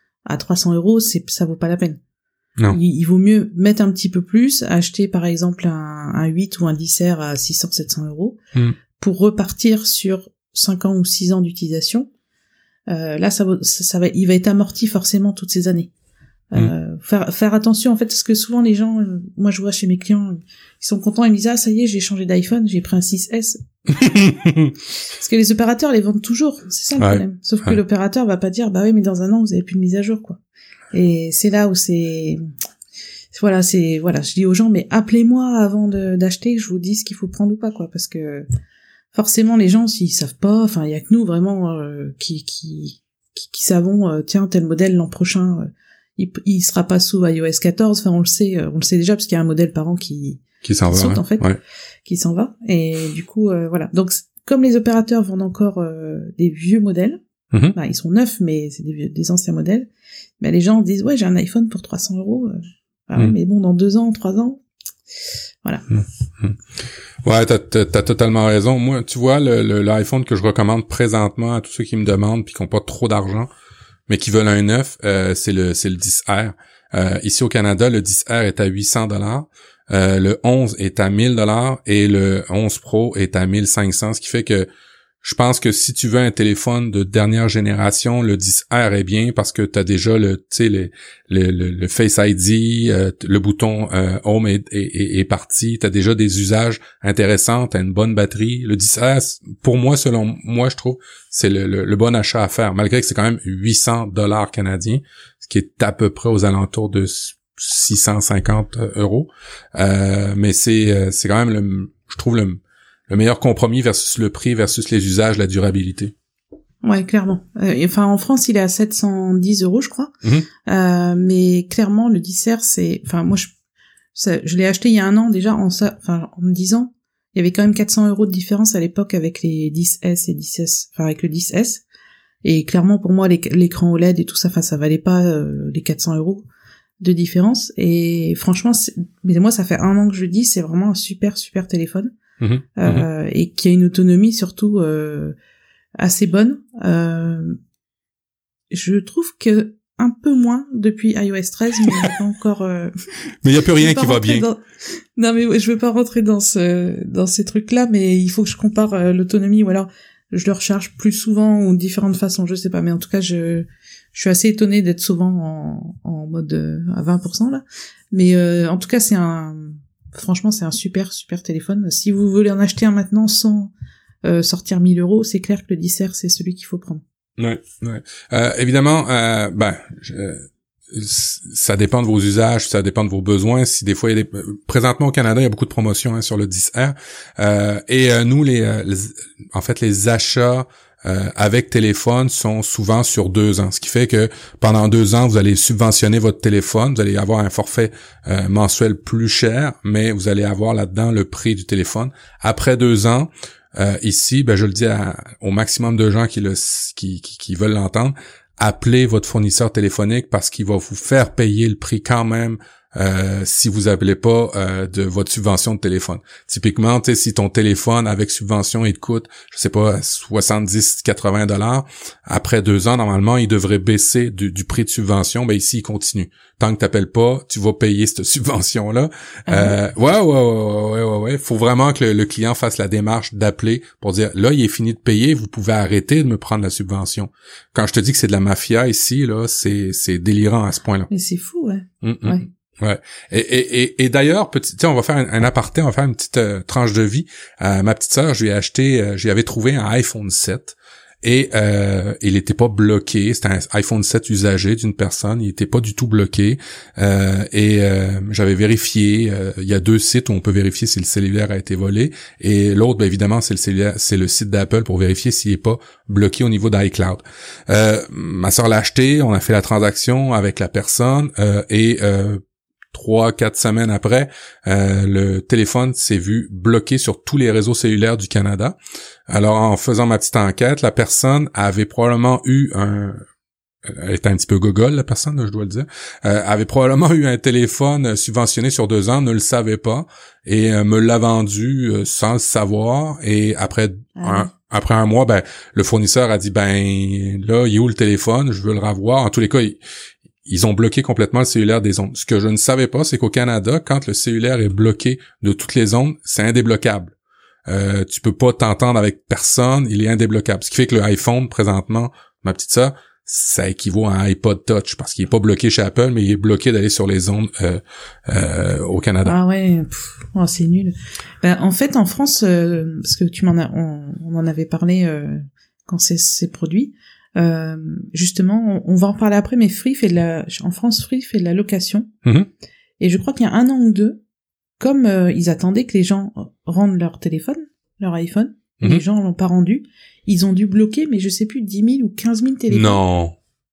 à trois cents euros, c'est, ça vaut pas la peine. Non. Il, il vaut mieux mettre un petit peu plus, acheter par exemple un, un huit ou un dix R à six cents, sept cents euros, mm. pour repartir sur cinq ans ou six ans d'utilisation. Euh, là, ça va, ça, ça va, il va être amorti forcément toutes ces années. Euh, mmh. faire, faire attention, en fait, parce que souvent les gens, euh, moi je vois chez mes clients, ils sont contents, ils me disent, ah, ça y est, j'ai changé d'iPhone, j'ai pris un six S. Parce que les opérateurs les vendent toujours, c'est ça le ouais. problème. Sauf ouais. que l'opérateur va pas dire, bah oui, mais dans un an, vous avez plus de mise à jour, quoi. Et c'est là où c'est, voilà, c'est, voilà, je dis aux gens, mais appelez-moi avant de, d'acheter, que je vous dis ce qu'il faut prendre ou pas, quoi, parce que, forcément, les gens, s'ils savent pas, enfin, il y a que nous, vraiment, euh, qui, qui, qui, qui savons, euh, tiens, tel modèle l'an prochain, euh, il, il sera pas sous i O S quatorze, enfin, on le sait, euh, on le sait déjà, parce qu'il y a un modèle par an qui, qui s'en qui va, saute, ouais. en fait, ouais. qui s'en va, et du coup, euh, voilà. Donc, comme les opérateurs vendent encore euh, des vieux modèles, mm-hmm. bah, ils sont neufs, mais c'est des, vieux, des anciens modèles, bah, les gens disent, ouais, j'ai un iPhone pour trois cents euros, euh, ah ouais, mm. mais bon, dans deux ans, trois ans, voilà. Mm-hmm. Ouais, t'as, t'as, t'as totalement raison. Moi, tu vois, le, le, l'iPhone que je recommande présentement à tous ceux qui me demandent puis qui n'ont pas trop d'argent, mais qui veulent un neuf, euh, c'est le c'est le dix R. Euh, ici au Canada, le dix R est à huit cents dollars, euh, le onze est à mille dollars et le onze Pro est à mille cinq cents, ce qui fait que je pense que si tu veux un téléphone de dernière génération, le dix R est bien parce que tu as déjà le tu sais le, le, le, le Face I D, euh, le bouton euh, Home est, est, est parti, tu as déjà des usages intéressants, tu as une bonne batterie. Le dix R, pour moi, selon moi, je trouve, c'est le, le, le bon achat à faire, malgré que c'est quand même huit cents dollars canadiens, ce qui est à peu près aux alentours de six cent cinquante euros. Euh, mais c'est c'est quand même, le, je trouve, le le meilleur compromis versus le prix, versus les usages, la durabilité. Ouais, clairement. Euh, enfin, en France, il est à sept cent dix euros, je crois. Mm-hmm. Euh, mais clairement, le dix R, c'est, enfin, moi, je, ça, je l'ai acheté il y a un an déjà, en ça, enfin, en me disant, il y avait quand même quatre cents euros de différence à l'époque avec les dix S et dix S, enfin, avec le dix S. Et clairement, pour moi, l'écran O L E D et tout ça, enfin, ça valait pas euh, les quatre cents euros de différence. Et franchement, mais moi, ça fait un an que je le dis, c'est vraiment un super, super téléphone. Mmh, euh, mmh. Et qui a une autonomie surtout euh, assez bonne. Euh, je trouve que un peu moins depuis i O S treize, mais pas encore. Euh... Mais il y a plus rien qui va bien. Dans... Non, mais je veux pas rentrer dans ce dans ces trucs-là, mais il faut que je compare euh, l'autonomie, ou alors je le recharge plus souvent ou de différentes façons, je sais pas. Mais en tout cas, je je suis assez étonnée d'être souvent en, en mode euh, à vingt pour cent là. Mais euh, en tout cas, c'est un Franchement, c'est un super, super téléphone. Si vous voulez en acheter un maintenant sans euh, sortir mille euros, c'est clair que le dix R, c'est celui qu'il faut prendre. Ouais, ouais. Euh, évidemment, euh, ben, je, ça dépend de vos usages, ça dépend de vos besoins. Si des fois, il y a des... présentement au Canada, il y a beaucoup de promotions hein, sur le dix R. Euh, et euh, nous, les, les, en fait, les achats euh, avec téléphone sont souvent sur deux ans. Ce qui fait que pendant deux ans, vous allez subventionner votre téléphone. Vous allez avoir un forfait euh, mensuel plus cher, mais vous allez avoir là-dedans le prix du téléphone. Après deux ans, euh, ici, ben je le dis à, au maximum de gens qui, le, qui, qui, qui veulent l'entendre, appelez votre fournisseur téléphonique parce qu'il va vous faire payer le prix quand même euh, si vous appelez pas euh, de votre subvention de téléphone. Typiquement, tu sais, si ton téléphone avec subvention, il te coûte, je sais pas, soixante-dix, quatre-vingts dollars, après deux ans, normalement, il devrait baisser du, du prix de subvention. Ben ici, il continue. Tant que t'appelles pas, tu vas payer cette subvention-là. Ah euh, ouais, ouais, ouais, ouais, ouais, ouais. Faut vraiment que le, le client fasse la démarche d'appeler pour dire, là, il est fini de payer, vous pouvez arrêter de me prendre la subvention. Quand je te dis que c'est de la mafia ici, là, c'est, c'est délirant à ce point-là. Mais c'est fou, ouais. Mm-mm. Ouais. Ouais. Et, et, et, et d'ailleurs, petit, on va faire un, un aparté, on va faire une petite euh, tranche de vie. Euh, ma petite sœur, je lui ai acheté, euh, j'y avais trouvé un iPhone sept et euh, il était pas bloqué. C'était un iPhone sept usagé d'une personne. Il était pas du tout bloqué. Euh, et euh, j'avais vérifié. Euh, il y a deux sites où on peut vérifier si le cellulaire a été volé. Et l'autre, ben évidemment, c'est le cellulaire, c'est le site d'Apple pour vérifier s'il est pas bloqué au niveau d'iCloud. Euh, ma sœur l'a acheté. On a fait la transaction avec la personne euh, et euh, trois, quatre semaines après, euh, le téléphone s'est vu bloqué sur tous les réseaux cellulaires du Canada. Alors, en faisant ma petite enquête, la personne avait probablement eu un... Elle était un petit peu gogol, la personne, je dois le dire. Euh, avait probablement eu un téléphone subventionné sur deux ans, ne le savait pas, et euh, me l'a vendu euh, sans le savoir. Et après ah. un, après un mois, ben le fournisseur a dit, ben là, il est où le téléphone? Je veux le revoir. En tous les cas, il, ils ont bloqué complètement le cellulaire des ondes. Ce que je ne savais pas, c'est qu'au Canada, quand le cellulaire est bloqué de toutes les ondes, c'est indébloquable. Euh, tu peux pas t'entendre avec personne, il est indébloquable. Ce qui fait que le iPhone, présentement, ma petite sœur, ça équivaut à un iPod Touch, parce qu'il est pas bloqué chez Apple, mais il est bloqué d'aller sur les ondes euh, euh, au Canada. Ah ouais, pff, oh, c'est nul. Ben, en fait, en France, euh, parce que tu m'en as, on, on en avait parlé euh, quand c'est c'est produit. Euh, justement, on, on va en parler après, mais Free fait de la, en France, Free fait de la location. Mm-hmm. Et je crois qu'il y a un an ou deux, comme euh, ils attendaient que les gens rendent leur téléphone, leur iPhone, mm-hmm. les gens l'ont pas rendu, ils ont dû bloquer, mais je sais plus, dix mille ou quinze mille téléphones. Non.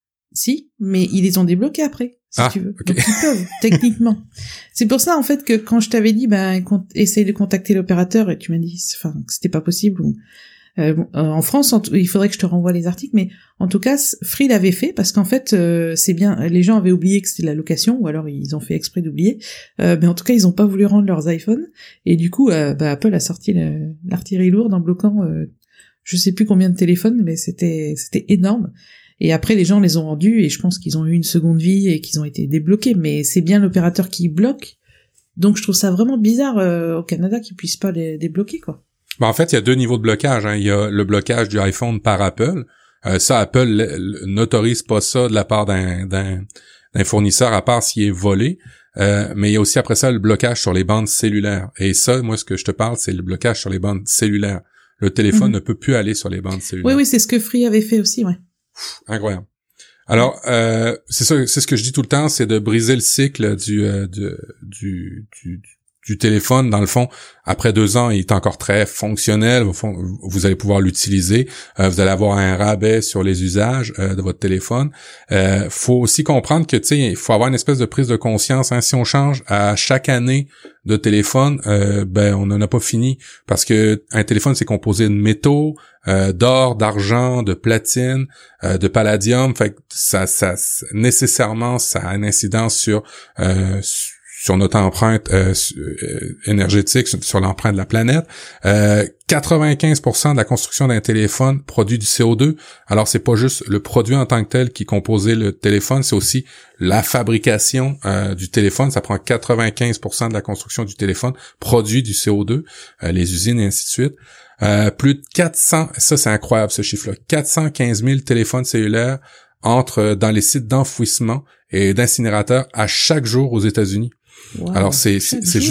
Si, mais ils les ont débloqués après, si ah, tu veux. Okay. Donc ils peuvent, techniquement. C'est pour ça, en fait, que quand je t'avais dit, ben, essaye de contacter l'opérateur, et tu m'as dit, enfin, que c'était pas possible, ou, Euh, bon, euh, en France, en t- il faudrait que je te renvoie les articles, mais en tout cas, Free l'avait fait parce qu'en fait, euh, c'est bien. Les gens avaient oublié que c'était de la location, ou alors ils ont fait exprès d'oublier. Euh, mais en tout cas, ils ont pas voulu rendre leurs iPhones, et du coup, euh, bah, Apple a sorti le, l'artillerie lourde en bloquant, euh, je sais plus combien de téléphones, mais c'était c'était énorme. Et après, les gens les ont rendus, et je pense qu'ils ont eu une seconde vie et qu'ils ont été débloqués. Mais c'est bien l'opérateur qui bloque, donc je trouve ça vraiment bizarre euh, au Canada qu'ils puissent pas les débloquer, quoi. Ben, en fait, il y a deux niveaux de blocage. Hein. Il y a le blocage du iPhone par Apple. Euh, ça, Apple l- l- n'autorise pas ça de la part d'un, d'un, d'un fournisseur, à part s'il est volé. Euh, mais il y a aussi après ça le blocage sur les bandes cellulaires. Et ça, moi, ce que je te parle, c'est le blocage sur les bandes cellulaires. Le téléphone mm-hmm. ne peut plus aller sur les bandes cellulaires. Oui, oui, c'est ce que Free avait fait aussi, ouais. Pff, incroyable. Alors, euh, c'est ça, c'est ce que je dis tout le temps, c'est de briser le cycle du, euh, du, du, du du téléphone. Dans le fond, après deux ans, il est encore très fonctionnel. Vous allez pouvoir l'utiliser. Euh, vous allez avoir un rabais sur les usages euh, de votre téléphone. Euh, faut aussi comprendre que, tu sais, il faut avoir une espèce de prise de conscience. Hein. Si on change à chaque année de téléphone, euh, ben on n'en a pas fini, parce que un téléphone, c'est composé de métaux, euh, d'or, d'argent, de platine, euh, de palladium. Fait que ça, ça, ça, nécessairement, ça a une incidence sur euh, sur notre empreinte euh, euh, énergétique, sur, sur l'empreinte de la planète. Euh, quatre-vingt-quinze pour cent de la construction d'un téléphone produit du C O deux. Alors, c'est pas juste le produit en tant que tel qui composait le téléphone, c'est aussi la fabrication euh, du téléphone. Ça prend quatre-vingt-quinze pour cent de la construction du téléphone, produit du C O deux, euh, les usines et ainsi de suite. Euh, plus de quatre cents, ça c'est incroyable ce chiffre-là, quatre cent quinze mille téléphones cellulaires entrent dans les sites d'enfouissement et d'incinérateurs à chaque jour aux États-Unis. Wow, Alors c'est c'est, c'est juste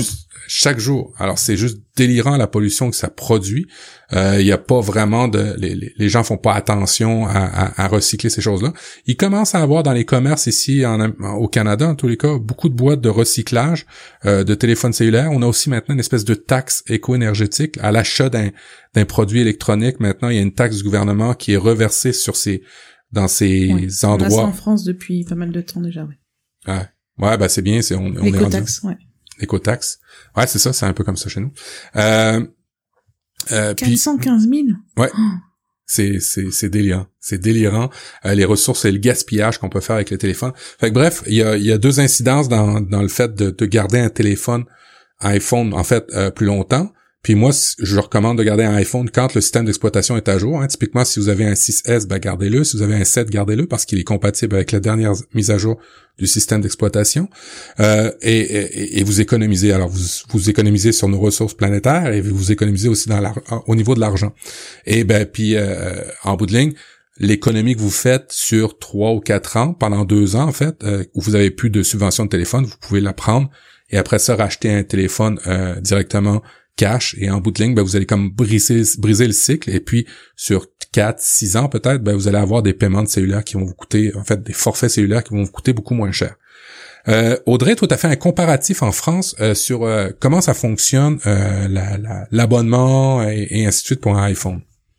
chaque jour. Alors c'est juste délirant la pollution que ça produit. Il euh, y a pas vraiment de, les, les gens font pas attention à, à, à recycler ces choses-là. Ils commencent à avoir dans les commerces ici en, au Canada, en tous les cas, beaucoup de boîtes de recyclage euh, de téléphones cellulaires. On a aussi maintenant une espèce de taxe éco-énergétique à l'achat d'un, d'un produit électronique. Maintenant, il y a une taxe du gouvernement qui est reversée sur ces dans ces oui. endroits. On a ça en France depuis pas mal de temps déjà. Oui. Ouais. Ouais, ben c'est bien, c'est on, on est rendu. L'écotaxe, ouais. L'écotaxe. Ouais, c'est ça, c'est un peu comme ça chez nous. Euh, euh, quatre cent quinze mille. Ouais. Oh. C'est c'est c'est délirant, c'est délirant euh, les ressources et le gaspillage qu'on peut faire avec le téléphone. Fait que bref, il y a il y a deux incidences dans dans le fait de de garder un téléphone iPhone en fait euh, plus longtemps. Puis moi, je recommande de garder un iPhone quand le système d'exploitation est à jour. Hein. Typiquement, si vous avez un six S, ben gardez-le. Si vous avez un sept, gardez-le parce qu'il est compatible avec la dernière mise à jour du système d'exploitation. Euh, et, et, et vous économisez. Alors, vous, vous économisez sur nos ressources planétaires et vous économisez aussi dans au niveau de l'argent. Et ben puis, euh, en bout de ligne, l'économie que vous faites sur trois ou quatre ans, pendant deux ans en fait, euh, où vous avez plus de subvention de téléphone, vous pouvez la prendre et après ça racheter un téléphone euh, directement cash et en bout de ligne, ben, vous allez comme briser, briser le cycle et puis sur quatre, six ans peut-être, ben, vous allez avoir des paiements de cellulaire qui vont vous coûter, en fait, des forfaits cellulaires qui vont vous coûter beaucoup moins cher. Euh, Audrey, toi, tu as fait un comparatif en France euh, sur euh, comment ça fonctionne, euh, la, la, l'abonnement et, et ainsi de suite pour un iPhone.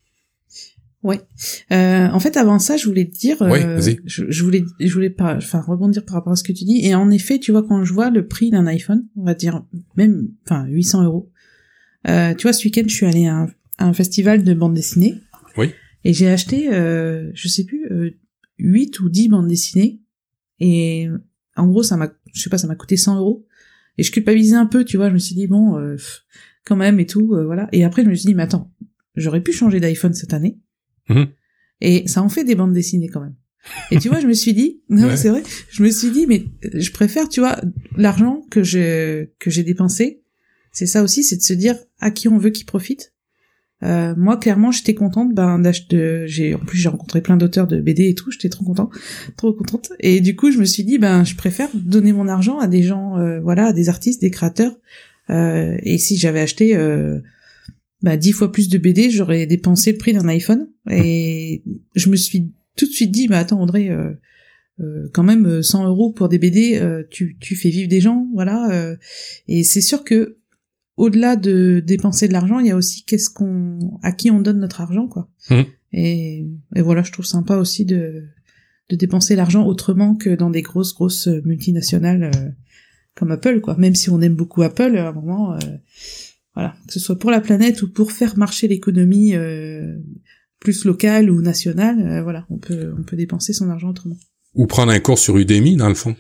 Ouais. Euh, en fait, avant ça, je voulais te dire, oui, euh, vas-y. Je, je voulais, je voulais pas, enfin, rebondir par rapport à ce que tu dis. Et en effet, tu vois, quand je vois le prix d'un iPhone, on va dire même, enfin, huit cents euros. Euh, tu vois, ce week-end, je suis allée à un, à un festival de bande dessinée. Oui. Et j'ai acheté, euh, je sais plus, euh, huit ou dix bandes dessinées. Et en gros, ça m'a, je sais pas, ça m'a coûté cent euros. Et je culpabilisais un peu, tu vois. Je me suis dit bon, euh, quand même et tout, euh, voilà. Et après, je me suis dit, mais attends, j'aurais pu changer d'iPhone cette année. Mmh. Et ça en fait des bandes dessinées quand même. Et tu vois, je me suis dit, non, ouais. C'est vrai, je me suis dit, mais je préfère, tu vois, l'argent que je que j'ai dépensé. C'est ça aussi, c'est de se dire à qui on veut qu'il profite. Euh, moi, clairement, j'étais contente, ben, d'acheter, j'ai, en plus, j'ai rencontré plein d'auteurs de B D et tout, j'étais trop contente, trop contente. Et du coup, je me suis dit, ben, je préfère donner mon argent à des gens, euh, voilà, à des artistes, des créateurs. Euh, et si j'avais acheté, euh, bah, dix fois plus de B D, j'aurais dépensé le prix d'un iPhone. Et je me suis tout de suite dit, bah, attends, Audrey, euh, euh, quand même, cent euros pour des B D, euh, tu, tu fais vivre des gens, voilà. Euh, et c'est sûr que, au-delà de dépenser de l'argent, il y a aussi qu'est-ce qu'on, à qui on donne notre argent, quoi. Mmh. Et, et voilà, je trouve sympa aussi de, de dépenser l'argent autrement que dans des grosses, grosses multinationales euh, comme Apple, quoi. Même si on aime beaucoup Apple, à un moment, euh, voilà, que ce soit pour la planète ou pour faire marcher l'économie euh, plus locale ou nationale, euh, voilà, on peut, on peut dépenser son argent autrement. Ou prendre un cours sur Udemy, dans le fond.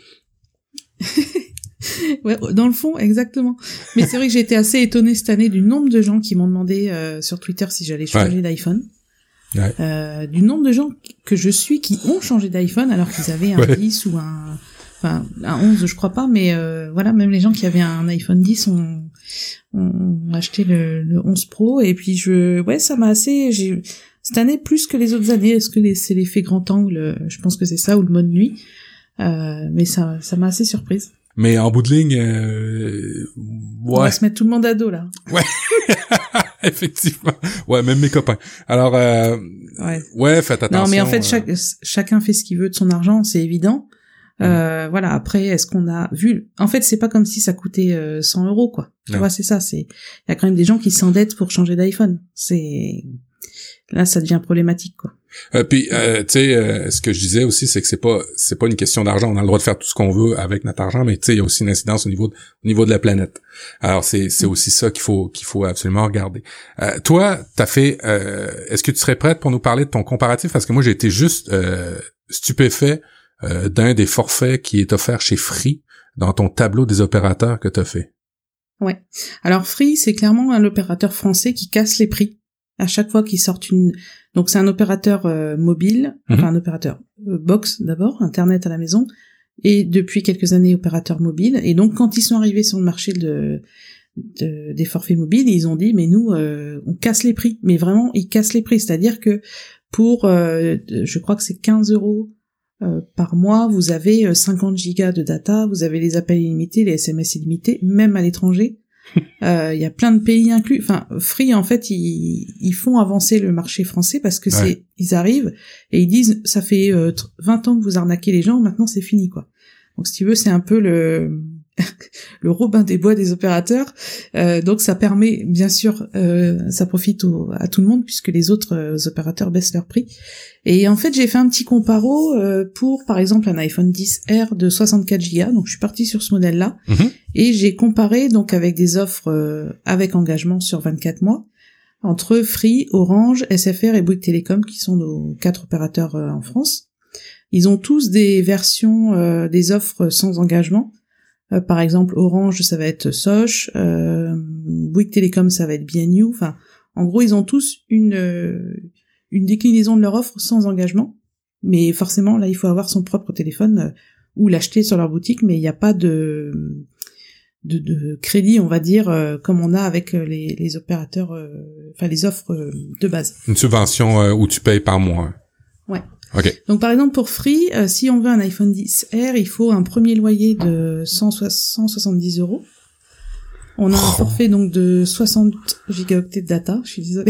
Ouais, dans le fond, exactement. Mais c'est vrai que j'ai été assez étonnée cette année du nombre de gens qui m'ont demandé euh, sur Twitter si j'allais changer ouais. d'iPhone. Ouais. Euh, du nombre de gens que je suis qui ont changé d'iPhone alors qu'ils avaient un ouais. dix ou un... Enfin, un onze, je crois pas, mais euh, voilà, même les gens qui avaient un iPhone dix ont, ont acheté le, le onze Pro. Et puis, je... Ouais, ça m'a assez... J'ai... Cette année, plus que les autres années, est-ce que les... c'est l'effet grand angle? Je pense que c'est ça, ou le mode nuit. Euh, mais ça, ça m'a assez surprise. Mais en bout de ligne, euh, ouais. On va se mettre tout le monde à dos, là. Ouais. Effectivement. Ouais, même mes copains. Alors, euh, ouais. ouais, faites attention. Non, mais en fait, chaque, euh... chacun fait ce qu'il veut de son argent, c'est évident. Mmh. Euh, voilà. Après, est-ce qu'on a vu, en fait, c'est pas comme si ça coûtait euh, cent euros, quoi. Tu ouais. vois, c'est ça, c'est, il y a quand même des gens qui s'endettent pour changer d'iPhone. C'est, là, ça devient problématique, quoi. Euh, puis, euh, tu sais, euh, ce que je disais aussi, c'est que c'est pas, c'est pas une question d'argent. On a le droit de faire tout ce qu'on veut avec notre argent, mais tu sais, il y a aussi une incidence au niveau, de, au niveau de la planète. Alors, c'est, c'est aussi ça qu'il faut, qu'il faut absolument regarder. Euh, toi, t'as fait, euh, est-ce que tu serais prête pour nous parler de ton comparatif? Parce que moi, j'ai été juste euh, stupéfait euh, d'un des forfaits qui est offert chez Free dans ton tableau des opérateurs que t'as fait. Ouais. Alors, Free, c'est clairement l'opérateur français qui casse les prix à chaque fois qu'ils sortent une. Donc c'est un opérateur euh, mobile, mmh. enfin un opérateur euh, box d'abord, internet à la maison, et depuis quelques années opérateur mobile. Et donc quand ils sont arrivés sur le marché de, de des forfaits mobiles, ils ont dit mais nous euh, on casse les prix, mais vraiment ils cassent les prix, c'est-à-dire que pour euh, je crois que c'est quinze euros euh, par mois, vous avez cinquante gigas de data, vous avez les appels illimités, les S M S illimités, même à l'étranger. Il euh, y a plein de pays inclus. Enfin, Free, en fait, ils, ils font avancer le marché français parce que ouais. c'est, ils arrivent et ils disent, ça fait euh, vingt ans que vous arnaquez les gens, maintenant c'est fini, quoi. Donc, si tu veux, c'est un peu le le Robin des Bois des opérateurs. Euh, donc, ça permet, bien sûr, euh, ça profite au, à tout le monde puisque les autres euh, opérateurs baissent leur prix. Et en fait, j'ai fait un petit comparo euh, pour, par exemple, un iPhone dix R de soixante-quatre gigas. Donc, je suis partie sur ce modèle-là mm-hmm. et j'ai comparé donc avec des offres euh, avec engagement sur vingt-quatre mois entre Free, Orange, S F R et Bouygues Télécom qui sont nos quatre opérateurs euh, en France. Ils ont tous des versions, euh, des offres sans engagement. Euh, par exemple, Orange, ça va être Soch, euh, Bouygues Télécom, ça va être B N U. Enfin, en gros, ils ont tous une euh, une déclinaison de leur offre sans engagement. Mais forcément, là, il faut avoir son propre téléphone euh, ou l'acheter sur leur boutique. Mais il n'y a pas de, de de crédit, on va dire, euh, comme on a avec les les opérateurs, euh, enfin les offres euh, de base. Une subvention euh, où tu payes par mois. Ouais. Okay. Donc par exemple pour Free, euh, si on veut un iPhone dix R, il faut un premier loyer de cent soixante-dix euros. On a un oh. forfait donc de soixante gigaoctets de data, je suis désolée.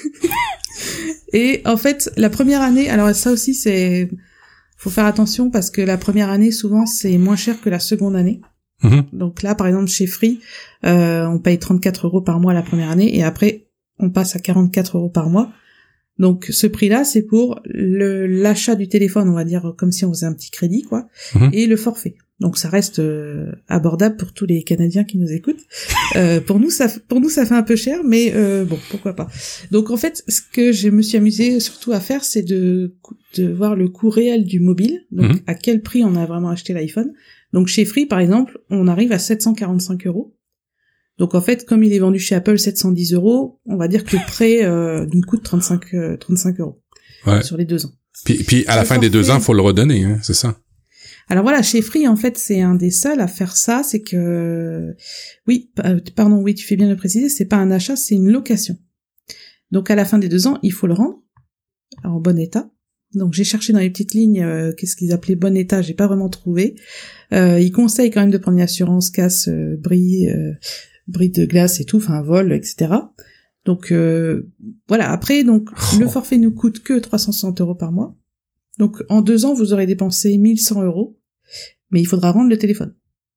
Et en fait, la première année, alors ça aussi c'est, faut faire attention parce que la première année souvent c'est moins cher que la seconde année. Mm-hmm. Donc là par exemple chez Free, euh, on paye trente-quatre euros par mois la première année et après on passe à quarante-quatre euros par mois. Donc ce prix-là, c'est pour le, l'achat du téléphone, on va dire comme si on faisait un petit crédit, quoi, mmh. et le forfait. Donc ça reste euh, abordable pour tous les Canadiens qui nous écoutent. Euh, pour nous, ça, pour nous, ça fait un peu cher, mais euh, bon, pourquoi pas. Donc en fait, ce que je me suis amusée surtout à faire, c'est de, de voir le coût réel du mobile. Donc mmh. à quel prix on a vraiment acheté l'iPhone. Donc chez Free, par exemple, on arrive à sept cent quarante-cinq euros. Donc en fait, comme il est vendu chez Apple sept cent dix euros, on va dire que le prêt euh, nous coûte trente-cinq euros ouais. sur les deux ans. Puis, puis à la fin des deux ans, faut le redonner, hein, c'est ça. Alors voilà, chez Free, en fait, c'est un des seuls à faire ça, c'est que, oui, pardon, oui, tu fais bien de le préciser, c'est pas un achat, c'est une location. Donc à la fin des deux ans, il faut le rendre en bon état. Donc j'ai cherché dans les petites lignes euh, qu'est-ce qu'ils appelaient bon état, j'ai pas vraiment trouvé. Euh, ils conseillent quand même de prendre une assurance casse, euh, bris, euh, bris de glace et tout, enfin vol, et cetera. Donc euh, voilà. Après, donc oh. le forfait nous coûte que trois cent soixante euros par mois. Donc en deux ans, vous aurez dépensé mille cent euros, mais il faudra rendre le téléphone.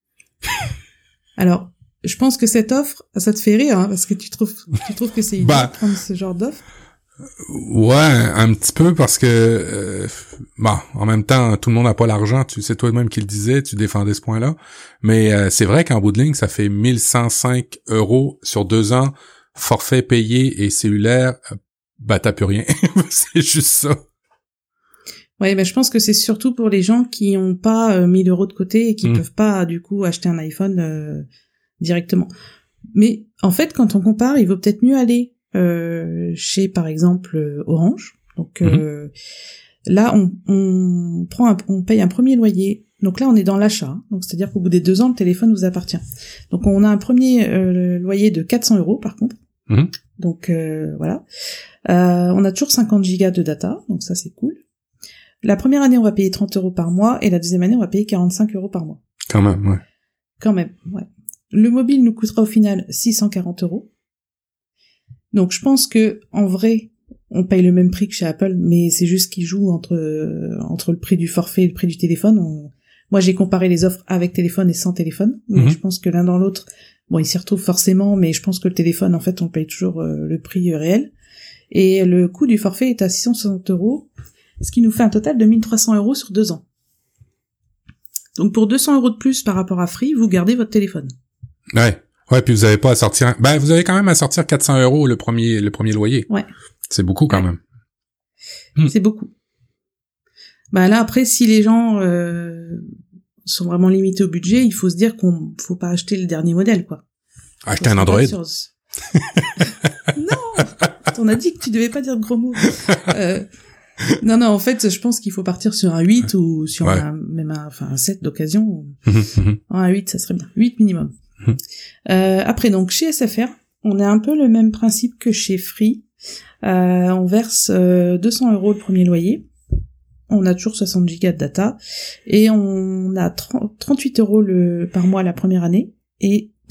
Alors, je pense que cette offre, ça te fait rire, hein, parce que tu trouves, tu trouves que c'est idiot bah, de prendre ce genre d'offre. Ouais, un petit peu parce que euh, bon, en même temps, tout le monde n'a pas l'argent, tu c'est toi-même qui le disais, tu défendais ce point-là, mais euh, c'est vrai qu'en bout de ligne, ça fait mille cent cinq euros sur deux ans, forfait payé et cellulaire, bah t'as plus rien, c'est juste ça. Ouais, ben je pense que c'est surtout pour les gens qui ont pas euh, mille euros de côté et qui mmh. peuvent pas du coup acheter un iPhone euh, directement. Mais en fait, quand on compare, il vaut peut-être mieux aller Euh, chez par exemple euh, Orange. Donc euh, mmh. là on, on prend un, on paye un premier loyer. Donc là on est dans l'achat. Donc c'est-à-dire qu'au bout des deux ans le téléphone vous appartient. Donc on a un premier euh, loyer de quatre cents euros par contre. Mmh. Donc euh, voilà. Euh, on a toujours cinquante gigas de data. Donc ça c'est cool. La première année on va payer trente euros par mois et la deuxième année on va payer quarante-cinq euros par mois. Quand même, ouais. Quand même, ouais. Le mobile nous coûtera au final six cent quarante euros. Donc je pense que en vrai, on paye le même prix que chez Apple, mais c'est juste qu'ils jouent entre euh, entre le prix du forfait et le prix du téléphone. On... Moi, j'ai comparé les offres avec téléphone et sans téléphone, mais mm-hmm. je pense que l'un dans l'autre, bon, ils s'y retrouvent forcément, mais je pense que le téléphone, en fait, on paye toujours euh, le prix euh, réel. Et le coût du forfait est à six cent soixante euros, ce qui nous fait un total de mille trois cents euros sur deux ans. Donc pour deux cents euros de plus par rapport à Free, vous gardez votre téléphone. Ouais. Ouais, puis vous avez pas à sortir, ben, vous avez quand même à sortir quatre cents euros le premier, le premier loyer. Ouais. C'est beaucoup quand même. C'est hmm. beaucoup. Bah là, après, si les gens, euh, sont vraiment limités au budget, il faut se dire qu'on, faut pas acheter le dernier modèle, quoi. Acheter un Android. Sur... non! On a dit que tu devais pas dire de gros mots. Euh, non, non, en fait, je pense qu'il faut partir sur un huit ou sur ouais. un, même un, enfin, un sept d'occasion. Un huit, ça serait bien. huit minimum. Euh, après donc chez S F R, on a un peu le même principe que chez Free. Euh, on verse euh, deux cents euros le premier loyer. On a toujours soixante gigas de data et on a trente, trente-huit euros le par mois la première année. Et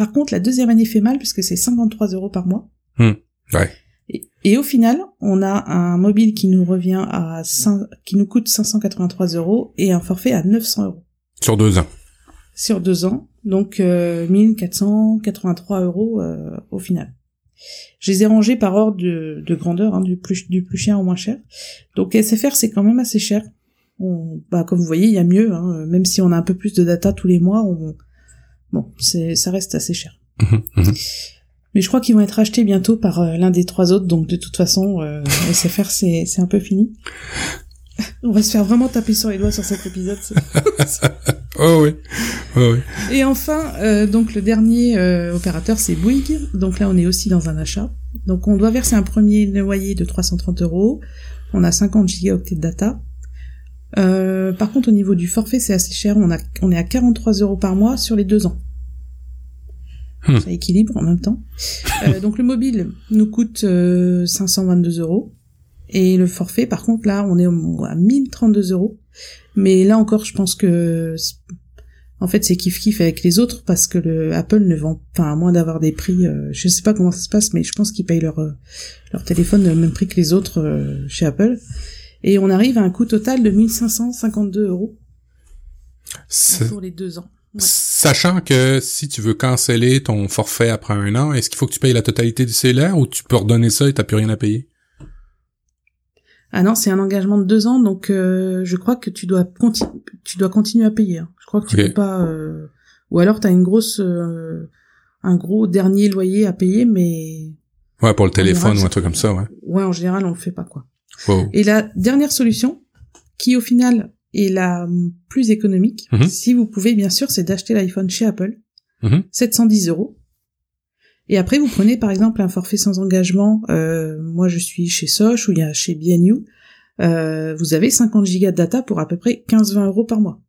par contre, la deuxième année fait mal parce que c'est cinquante-trois euros par mois. Mmh. Ouais. Et, et au final, on a un mobile qui nous revient à cinq, qui nous coûte cinq cent quatre-vingt-trois euros et un forfait à neuf cents euros. Sur deux ans. Sur deux ans. Donc, euh, mille quatre cent quatre-vingt-trois euros, euh, au final. Je les ai rangés par ordre de, de grandeur, hein, du plus, du plus cher au moins cher. Donc, S F R, c'est quand même assez cher. On, bah, comme vous voyez, il y a mieux, hein, même si on a un peu plus de data tous les mois, on, bon, c'est, ça reste assez cher. Mmh, mmh. Mais je crois qu'ils vont être achetés bientôt par euh, l'un des trois autres, donc de toute façon, euh, S F R, c'est, c'est un peu fini. On va se faire vraiment taper sur les doigts sur cet épisode. Oh oui, oh oui. Et enfin, euh, donc le dernier euh, opérateur, c'est Bouygues. Donc là, on est aussi dans un achat. Donc on doit verser un premier loyer de trois cent trente euros. On a cinquante gigaoctets de data. Euh, par contre, au niveau du forfait, c'est assez cher. On a, on est à quarante-trois euros par mois sur les deux ans. Hmm. Ça équilibre en même temps. Euh, donc le mobile nous coûte euh, cinq cent vingt-deux euros. Et le forfait, par contre, là, on est au, à mille trente-deux euros. Mais là encore, je pense que, en fait, c'est kiff-kiff avec les autres parce que le Apple ne vend, enfin, à moins d'avoir des prix, euh, je sais pas comment ça se passe, mais je pense qu'ils payent leur, euh, leur téléphone le même prix que les autres euh, chez Apple. Et on arrive à un coût total de mille cinq cent cinquante-deux euros c'est... pour les deux ans. Ouais. Sachant que si tu veux canceller ton forfait après un an, est-ce qu'il faut que tu payes la totalité du cellulaire ou tu peux redonner ça et t'as plus rien à payer? Ah non, c'est un engagement de deux ans, donc euh, je crois que tu dois conti- tu dois continuer à payer. Hein. Je crois que tu okay. peux pas. Euh... Ou alors t'as une grosse, euh... un gros dernier loyer à payer, mais. Ouais, pour le téléphone général, ou un truc comme ça, ouais. Ouais, en général, on le fait pas, quoi. Wow. Et la dernière solution, qui au final est la plus économique, mm-hmm. si vous pouvez, bien sûr, c'est d'acheter l'iPhone chez Apple, mm-hmm. sept cent dix euros. Et après, vous prenez par exemple un forfait sans engagement. Euh, moi, je suis chez Soch ou il y a chez B N U. Euh, vous avez cinquante gigas de data pour à peu près quinze à vingt euros par mois.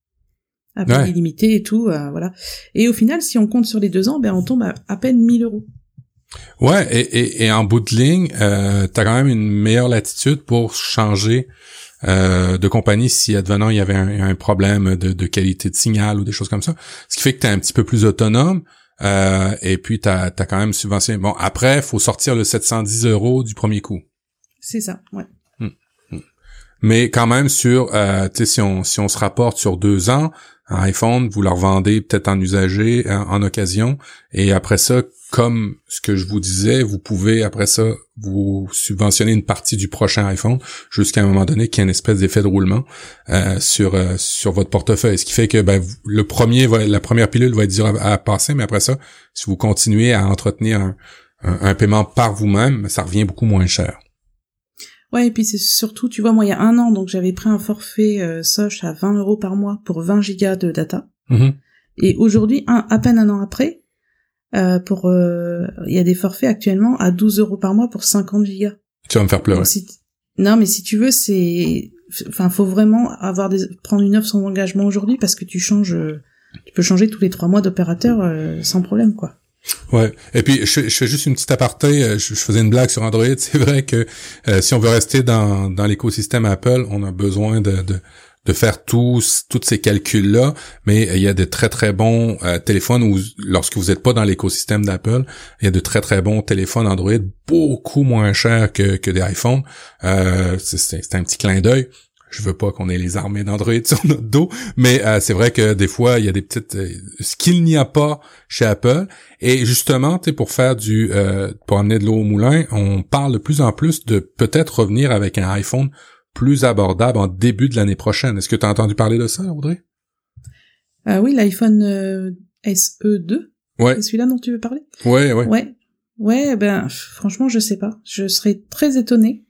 Appel ouais. illimité et tout, euh, voilà. Et au final, si on compte sur les deux ans, ben on tombe à à peine mille euros. Ouais, et, et, et en bout de ligne, euh, t'as quand même une meilleure latitude pour changer euh, de compagnie si advenant il y avait un, un problème de, de qualité de signal ou des choses comme ça. Ce qui fait que t'es un petit peu plus autonome. Euh, et puis t'as t'as quand même subventionné. Bon, après, faut sortir le sept cent dix euros du premier coup. C'est ça, ouais. Hum, hum. Mais quand même sur, euh, tu sais, si on si on se rapporte sur deux ans, un iPhone, vous leur vendez peut-être en usager, en, en occasion, et après ça, comme ce que je vous disais, vous pouvez après ça vous subventionner une partie du prochain iPhone jusqu'à un moment donné qu'il y ait une espèce d'effet de roulement euh, sur euh, sur votre portefeuille, ce qui fait que ben vous, le premier va, la première pilule va être dure à, à passer, mais après ça, si vous continuez à entretenir un, un, un paiement par vous-même, ça revient beaucoup moins cher. Ouais, et puis c'est surtout, tu vois, moi il y a un an, donc j'avais pris un forfait euh, Soch à vingt euros par mois pour vingt gigas de data, mm-hmm. et aujourd'hui, un, à peine un an après. Euh, pour, il euh, y a des forfaits actuellement à douze euros par mois pour cinquante gigas. Tu vas me faire pleurer. Si t... Non, mais si tu veux, c'est, enfin, faut vraiment avoir des, prendre une offre sans engagement aujourd'hui parce que tu changes, tu peux changer tous les trois mois d'opérateur euh, sans problème, quoi. Ouais. Et puis je, je fais juste une petite aparté. Je, je faisais une blague sur Android. C'est vrai que euh, si on veut rester dans dans l'écosystème Apple, on a besoin de, de de faire tous tous ces calculs-là, mais il y a de très très bons euh, téléphones où lorsque vous n'êtes pas dans l'écosystème d'Apple, il y a de très très bons téléphones Android beaucoup moins chers que que des iPhones. Euh, c'est, c'est un petit clin d'œil. Je veux pas qu'on ait les armées d'Android sur notre dos, mais euh, c'est vrai que des fois il y a des petites euh, ce qu'il n'y a pas chez Apple. Et justement, tu sais, pour faire du euh, pour amener de l'eau au moulin, on parle de plus en plus de peut-être revenir avec un iPhone plus abordable en début de l'année prochaine. Est-ce que tu as entendu parler de ça, Audrey? Euh, oui, l'iPhone euh, S E deux. Ouais. C'est celui-là dont tu veux parler? Ouais, ouais. Ouais. Ouais, ben, franchement, je sais pas. Je serais très étonnée.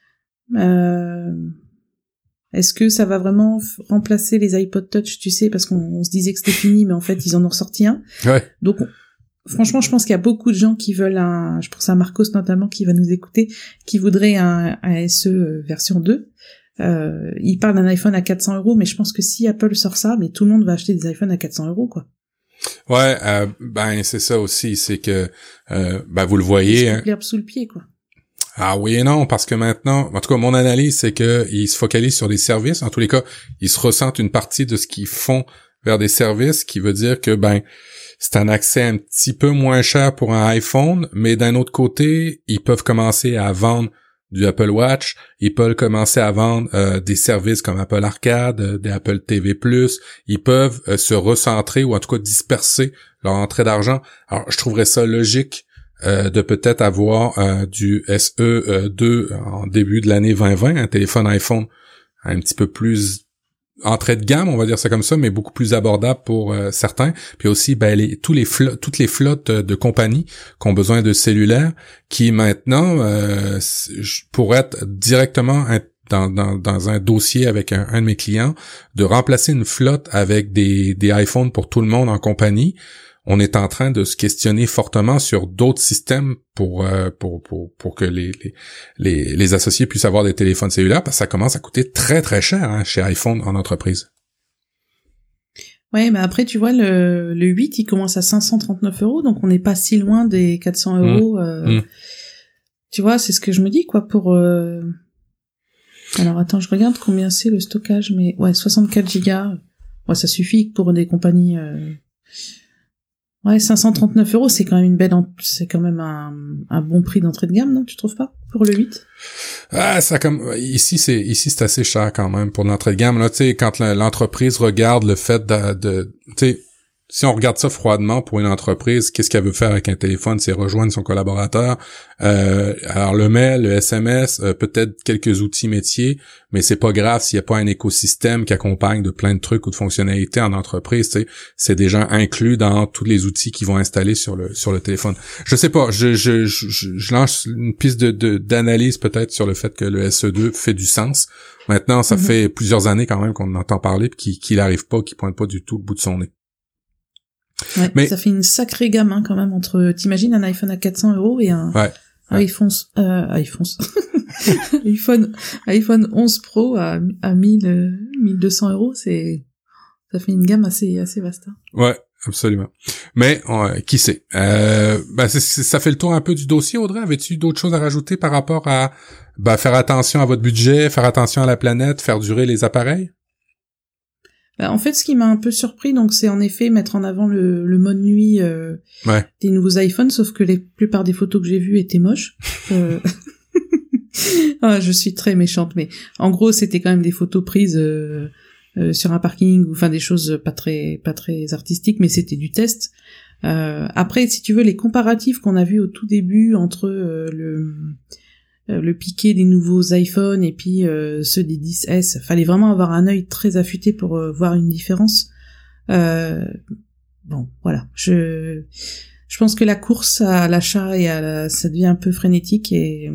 Euh, est-ce que ça va vraiment f- remplacer les iPod Touch, tu sais, parce qu'on on se disait que c'était fini, mais en fait, ils en ont ressorti un. Ouais. Donc, on, franchement, je pense qu'il y a beaucoup de gens qui veulent un, je pense à Marcos notamment qui va nous écouter, qui voudrait un, un S E version deux. Euh, il parle d'un iPhone à quatre cents euros, mais je pense que si Apple sort ça, mais tout le monde va acheter des iPhones à quatre cents euros, quoi. Ouais, euh, ben c'est ça aussi, c'est que euh, ben vous le voyez. Hein. L'herbe sous le pied, quoi. Ah oui et non, parce que maintenant, en tout cas, mon analyse, c'est que ils se focalisent sur les services. En tous les cas, ils se ressentent une partie de ce qu'ils font vers des services, qui veut dire que ben c'est un accès un petit peu moins cher pour un iPhone, mais d'un autre côté, ils peuvent commencer à vendre du Apple Watch, ils peuvent commencer à vendre euh, des services comme Apple Arcade, euh, des Apple T V plus, ils peuvent euh, se recentrer ou en tout cas disperser leur entrée d'argent. Alors, je trouverais ça logique euh, de peut-être avoir euh, du S E deux en début de l'année vingt vingt, un téléphone iPhone un petit peu plus entrée de gamme, on va dire ça comme ça, mais beaucoup plus abordable pour euh, certains. Puis aussi, ben les, tous les flo- toutes les flottes de compagnies qui ont besoin de cellulaires, qui maintenant euh, pourraient être directement un, dans, dans, dans un dossier avec un, un de mes clients, de remplacer une flotte avec des, des iPhones pour tout le monde en compagnie. On est en train de se questionner fortement sur d'autres systèmes pour euh, pour pour pour que les, les les les associés puissent avoir des téléphones cellulaires, parce que ça commence à coûter très très cher hein, chez iPhone en entreprise. Ouais, mais après tu vois le le huit il commence à cinq cent trente-neuf euros, donc on n'est pas si loin des quatre cents euros. Mmh. Euh, mmh. Tu vois, c'est ce que je me dis quoi pour. Euh... Alors attends, je regarde combien c'est le stockage, mais ouais, soixante-quatre gigas. Ouais, ça suffit pour des compagnies. Euh... Ouais, cinq cent trente-neuf euros, c'est quand même une belle, en... c'est quand même un, un bon prix d'entrée de gamme, non? Tu trouves pas? Pour le huit? Ah, ça comme, ici, c'est, ici, c'est assez cher quand même pour l'entrée de gamme. Là, tu sais, quand l'entreprise regarde le fait de, de tu sais, si on regarde ça froidement pour une entreprise, qu'est-ce qu'elle veut faire avec un téléphone? C'est rejoindre son collaborateur. Euh, alors le mail, le S M S, euh, peut-être quelques outils métiers, mais c'est pas grave s'il n'y a pas un écosystème qui accompagne de plein de trucs ou de fonctionnalités en entreprise. Tu sais, c'est déjà inclus dans tous les outils qu'ils vont installer sur le sur le téléphone. Je sais pas, je je je, je lance une piste de, de d'analyse peut-être sur le fait que le S E deux fait du sens. Maintenant, ça mm-hmm. fait plusieurs années quand même qu'on en entend parler puis qu'il qu'il arrive pas, qu'il pointe pas du tout le bout de son nez. Ouais, mais ça fait une sacrée gamme hein, quand même entre. T'imagines un iPhone à quatre cents euros et un, ouais, un ouais. iPhone, euh, iPhone, iPhone, iPhone onze Pro à à mille, mille deux cents euros, c'est ça fait une gamme assez assez vaste. Hein. Ouais, absolument. Mais euh, qui sait euh, ben c'est, c'est, ça fait le tour un peu du dossier. Audrey, avais-tu d'autres choses à rajouter par rapport à ben, faire attention à votre budget, faire attention à la planète, faire durer les appareils? Bah, en fait, ce qui m'a un peu surpris, donc, c'est en effet mettre en avant le, le mode nuit euh, ouais. des nouveaux iPhones, sauf que la plupart des photos que j'ai vues étaient moches. Euh... ah, je suis très méchante, mais en gros, c'était quand même des photos prises euh, euh, sur un parking, ou enfin des choses pas très pas très artistiques, mais c'était du test. Euh, après, si tu veux, les comparatifs qu'on a vus au tout début entre euh, le le piqué des nouveaux iPhones et puis euh, ceux des dix S, fallait vraiment avoir un œil très affûté pour euh, voir une différence. Euh, bon, voilà. Je je pense que la course à l'achat et à la, ça devient un peu frénétique et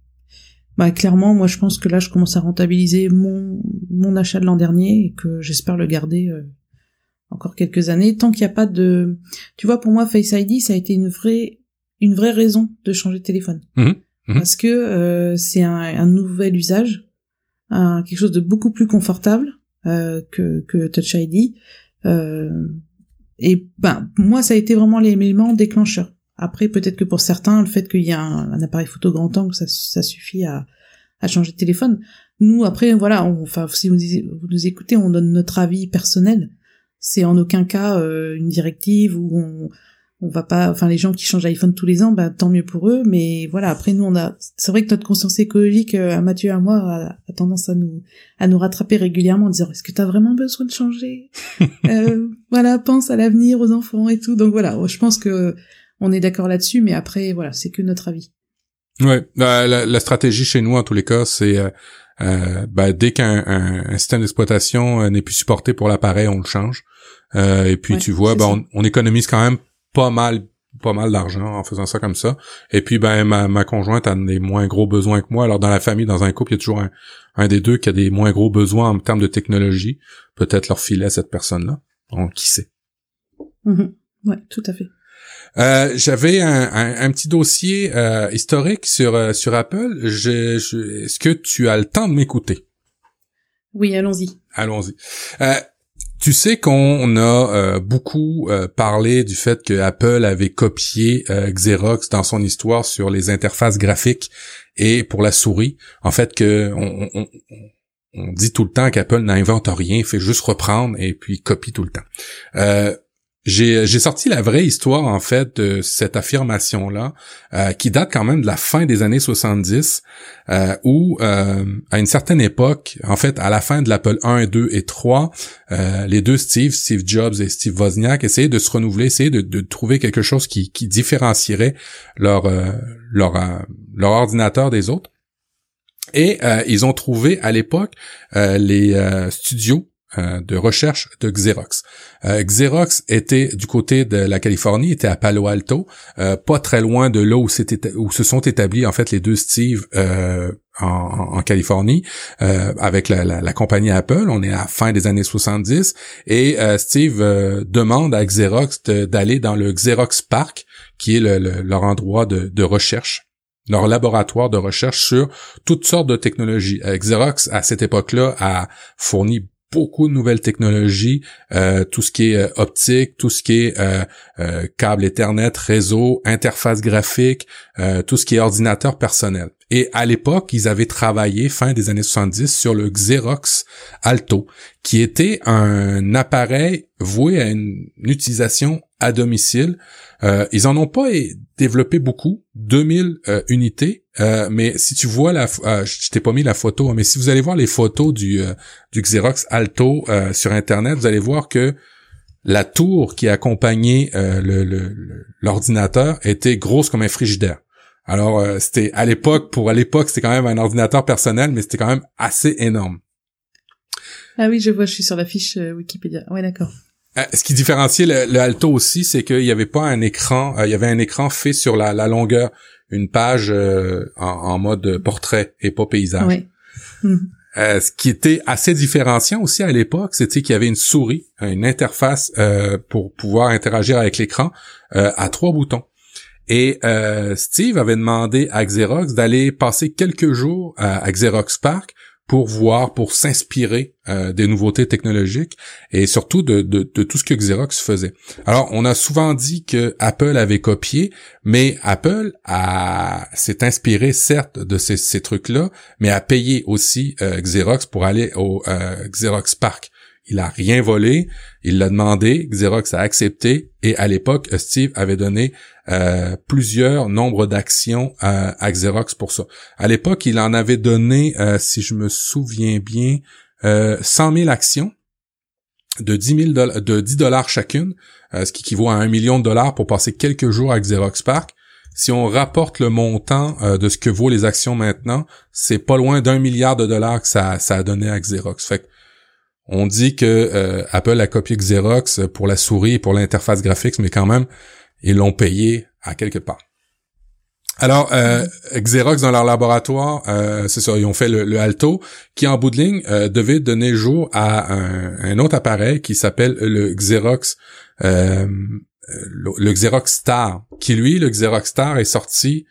bah clairement, moi je pense que là je commence à rentabiliser mon mon achat de l'an dernier et que j'espère le garder euh, encore quelques années tant qu'il n'y a pas de. Tu vois, pour moi Face I D ça a été une vraie une vraie raison de changer de téléphone. Mmh. Parce que euh, c'est un, un nouvel usage, un, quelque chose de beaucoup plus confortable euh, que, que Touch I D. Euh, et ben moi, ça a été vraiment l'élément déclencheur. Après, peut-être que pour certains, le fait qu'il y a un, un appareil photo grand angle, ça, ça suffit à, à changer de téléphone. Nous, après, voilà, on, enfin, si vous, vous nous écoutez, on donne notre avis personnel. C'est en aucun cas euh, une directive où on on va pas, enfin les gens qui changent d'iPhone tous les ans, bah tant mieux pour eux, mais voilà, après nous on a, c'est vrai que notre conscience écologique, à Mathieu et à moi, a, a tendance à nous à nous rattraper régulièrement en disant est-ce que t'as vraiment besoin de changer? euh, voilà, pense à l'avenir, aux enfants et tout, donc voilà, je pense que on est d'accord là-dessus, mais après voilà, c'est que notre avis. Ouais, la, la, la stratégie chez nous en tous les cas, c'est euh, euh, bah, dès qu'un un, un système d'exploitation n'est plus supporté pour l'appareil, on le change. Euh, et puis ouais, tu vois, bah, on, on économise quand même pas mal pas mal d'argent en faisant ça comme ça. Et puis ben ma, ma conjointe a des moins gros besoins que moi. Alors dans la famille, dans un couple, il y a toujours un, un des deux qui a des moins gros besoins en termes de technologie. Peut-être leur filer à cette personne-là. Donc qui sait. Mmh. Ouais, tout à fait. Euh, j'avais un, un, un petit dossier euh, historique sur euh, sur Apple. Je, je, est-ce que tu as le temps de m'écouter? Oui, allons-y. Allons-y. Euh, Tu sais qu'on a euh, beaucoup euh, parlé du fait que Apple avait copié euh, Xerox dans son histoire sur les interfaces graphiques et pour la souris. En fait, que on, on, on dit tout le temps qu'Apple n'invente rien, fait juste reprendre et puis copie tout le temps. Euh, J'ai, j'ai sorti la vraie histoire, en fait, de cette affirmation-là, euh, qui date quand même de la fin des années soixante-dix, euh, où, euh, à une certaine époque, en fait, à la fin de l'Apple un, deux et trois, euh, les deux Steve, Steve Jobs et Steve Wozniak, essayaient de se renouveler, essayaient de, de trouver quelque chose qui, qui différencierait leur, euh, leur, euh, leur ordinateur des autres. Et euh, ils ont trouvé, à l'époque, euh, les euh, studios Euh, de recherche de Xerox. Euh, Xerox était du côté de la Californie, était à Palo Alto, euh, pas très loin de là où, c'était, où se sont établis en fait les deux Steve euh, en, en Californie, euh, avec la, la, la compagnie Apple. On est à la fin des années soixante-dix et euh, Steve euh, demande à Xerox de, d'aller dans le Xerox Park, qui est le, le, leur endroit de, de recherche, leur laboratoire de recherche sur toutes sortes de technologies. Euh, Xerox, à cette époque-là, a fourni beaucoup de nouvelles technologies, euh, tout ce qui est euh, optique, tout ce qui est euh, euh, câble Ethernet, réseau, interface graphique, euh, tout ce qui est ordinateur personnel. Et à l'époque, ils avaient travaillé, fin des années soixante-dix, sur le Xerox Alto, qui était un appareil voué à une, une utilisation à domicile. Euh, ils en ont pas développé beaucoup, deux mille euh, unités, euh, mais si tu vois la, euh, je t'ai pas mis la photo, mais si vous allez voir les photos du euh, du Xerox Alto euh, sur Internet, vous allez voir que la tour qui accompagnait euh, le, le, l'ordinateur était grosse comme un frigidaire. Alors euh, c'était à l'époque, pour à l'époque, c'était quand même un ordinateur personnel, mais c'était quand même assez énorme. Ah oui, je vois, je suis sur la fiche euh, Wikipédia. Ouais, d'accord. Euh, ce qui différenciait le, le Alto aussi, c'est qu'il y avait pas un écran, euh, il y avait un écran fait sur la, la longueur, une page euh, en, en mode portrait et pas paysage. Ouais. Mmh. Euh, ce qui était assez différenciant aussi à l'époque, c'était qu'il y avait une souris, une interface euh, pour pouvoir interagir avec l'écran euh, à trois boutons. Et euh, Steve avait demandé à Xerox d'aller passer quelques jours à, à Xerox Park pour voir, pour s'inspirer euh, des nouveautés technologiques et surtout de, de, de tout ce que Xerox faisait. Alors, on a souvent dit que Apple avait copié, mais Apple a s'est inspiré certes de ces, ces trucs-là, mais a payé aussi euh, Xerox pour aller au euh, Xerox Park. Il a rien volé, il l'a demandé, Xerox a accepté, et à l'époque, Steve avait donné euh, plusieurs nombres d'actions à, à Xerox pour ça. À l'époque, il en avait donné, euh, si je me souviens bien, euh, cent mille actions de dix mille dollars, de dix dollars chacune, euh, ce qui équivaut à un million de dollars pour passer quelques jours à Xerox Park. Si on rapporte le montant euh, de ce que vaut les actions maintenant, c'est pas loin d'un milliard de dollars que ça, ça a donné à Xerox. Fait que on dit que euh, Apple a copié Xerox pour la souris et pour l'interface graphique, mais quand même, ils l'ont payé à quelque part. Alors, euh, Xerox, dans leur laboratoire, euh, c'est ça, ils ont fait le, le Alto, qui en bout de ligne euh, devait donner jour à un, un autre appareil qui s'appelle le Xerox, euh, le, le Xerox Star, qui lui, le Xerox Star est sorti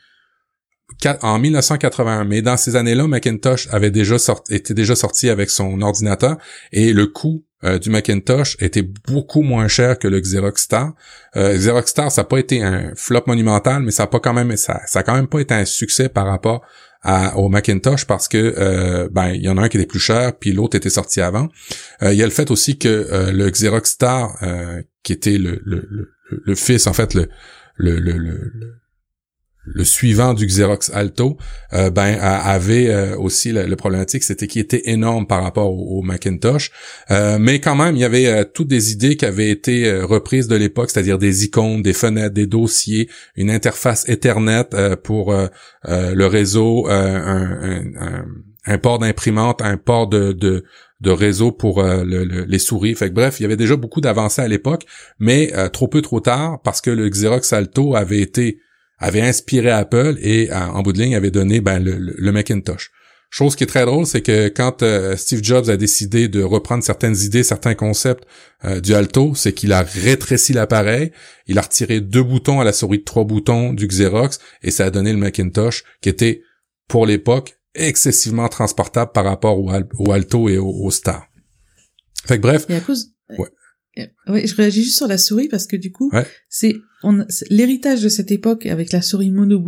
en mille neuf cent quatre-vingt-un, mais dans ces années-là, Macintosh avait déjà sorti, était déjà sorti avec son ordinateur et le coût euh, du Macintosh était beaucoup moins cher que le Xerox Star. Euh, Xerox Star, ça n'a pas été un flop monumental, mais ça a pas quand même, ça, ça a quand même pas été un succès par rapport à, au Macintosh parce que euh, ben il y en a un qui était plus cher puis l'autre était sorti avant. Euh, il y a le fait aussi que euh, le Xerox Star, euh, qui était le, le, le, le fils en fait le le le, le le suivant du Xerox Alto, euh, ben avait euh, aussi le, le problématique, c'était qu'il était énorme par rapport au, au Macintosh, euh, mais quand même il y avait euh, toutes des idées qui avaient été euh, reprises de l'époque, c'est-à-dire des icônes, des fenêtres, des dossiers, une interface Ethernet euh, pour euh, euh, le réseau, euh, un, un, un, un port d'imprimante, un port de, de de réseau pour euh, le, le, les souris. Fait que bref, il y avait déjà beaucoup d'avancées à l'époque, mais euh, trop peu trop tard parce que le Xerox Alto avait été avait inspiré Apple et en bout de ligne avait donné ben le, le Macintosh. Chose qui est très drôle, c'est que quand euh, Steve Jobs a décidé de reprendre certaines idées, certains concepts euh, du Alto, c'est qu'il a rétréci l'appareil, il a retiré deux boutons à la souris de trois boutons du Xerox et ça a donné le Macintosh qui était, pour l'époque, excessivement transportable par rapport au, Al- au Alto et au, au Star. Fait que bref... Et à cause... Ouais. Oui, je réagis juste sur la souris parce que du coup, ouais. c'est, on, c'est l'héritage de cette époque avec la souris monobouton,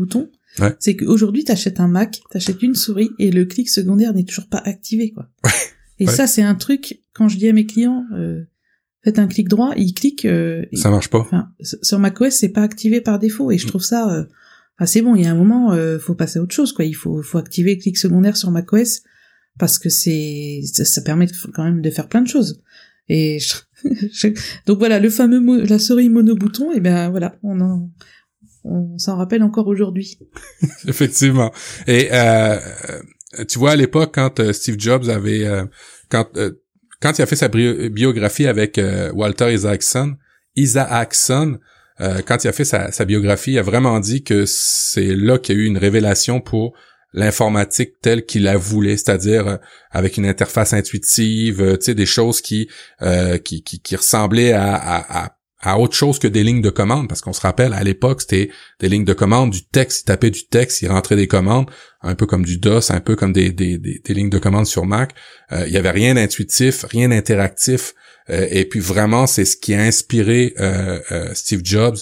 Ouais. C'est qu'aujourd'hui, t'achètes un Mac, t'achètes une souris, et le clic secondaire n'est toujours pas activé, quoi. Et ouais. ça, c'est un truc, quand je dis à mes clients, euh, faites un clic droit, ils cliquent... Euh, ça marche pas. Enfin, sur macOS, c'est pas activé par défaut, et je trouve ça... Euh, enfin, c'est bon, il y a un moment, euh, faut passer à autre chose, quoi. Il faut, faut activer le clic secondaire sur macOS, parce que c'est... Ça, ça permet quand même de faire plein de choses. Et je, je, donc voilà, le fameux mo, la souris monobouton, et ben voilà, on en, on s'en rappelle encore aujourd'hui. Effectivement. Et euh, tu vois, à l'époque, quand euh, Steve Jobs avait, euh, quand euh, quand il a fait sa bi- biographie avec euh, Walter Isaacson, Isaacson, euh, quand il a fait sa, sa biographie, il a vraiment dit que c'est là qu'il y a eu une révélation pour l'informatique telle qu'il la voulait, c'est-à-dire euh, avec une interface intuitive, euh, tu sais, des choses qui, euh, qui qui qui ressemblaient à, à, à à autre chose que des lignes de commande, parce qu'on se rappelle, à l'époque, c'était des lignes de commande, du texte, il tapait du texte, il rentrait des commandes, un peu comme du DOS, un peu comme des des des, des lignes de commande sur Mac. Euh, il y avait rien d'intuitif, rien d'interactif, euh, et puis vraiment, c'est ce qui a inspiré euh, euh, Steve Jobs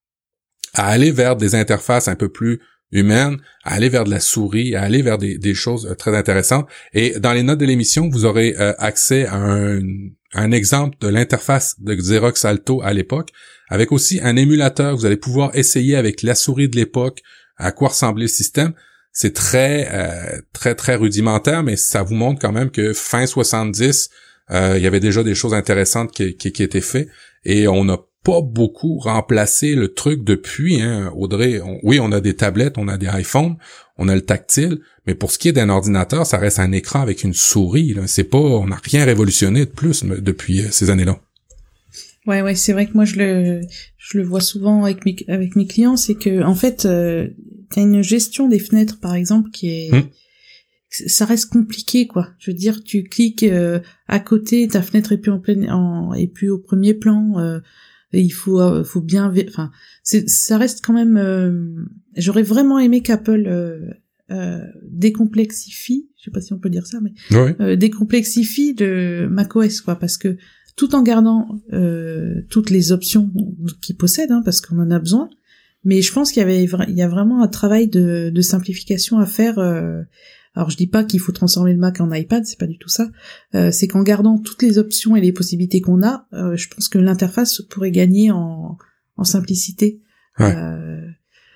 à aller vers des interfaces un peu plus humaine, à aller vers de la souris, à aller vers des, des choses euh, très intéressantes. Et dans les notes de l'émission, vous aurez euh, accès à un, un exemple de l'interface de Xerox Alto à l'époque, avec aussi un émulateur. Vous allez pouvoir essayer avec la souris de l'époque à quoi ressemblait le système. C'est très, euh, très, très rudimentaire, mais ça vous montre quand même que fin soixante-dix, euh, il y avait déjà des choses intéressantes qui, qui, qui étaient faites. Et on a pas beaucoup remplacé le truc depuis, hein, Audrey. On, oui, on a des tablettes, on a des iPhones, on a le tactile, mais pour ce qui est d'un ordinateur, ça reste un écran avec une souris. Là. C'est pas, on n'a rien révolutionné de plus depuis euh, ces années-là. Ouais, ouais, c'est vrai que moi je le, je le vois souvent avec mes, avec mes clients, c'est que en fait, euh, t'as une gestion des fenêtres, par exemple, qui est, hum. ça reste compliqué, quoi. Je veux dire, tu cliques euh, à côté, ta fenêtre est plus en plein, en, et puis au premier plan. Euh, Et il faut euh, faut bien enfin c'est ça reste quand même euh, j'aurais vraiment aimé qu'Apple euh, euh, décomplexifie, je sais pas si on peut dire ça, mais oui. euh, décomplexifie de macOS, quoi, parce que tout en gardant euh, toutes les options qu'ils possèdent, hein, parce qu'on en a besoin, mais je pense qu'il y avait il y a vraiment un travail de, de simplification à faire. euh, Alors je dis pas qu'il faut transformer le Mac en iPad, c'est pas du tout ça. Euh, c'est qu'en gardant toutes les options et les possibilités qu'on a, euh, je pense que l'interface pourrait gagner en, en simplicité. Ouais. Euh,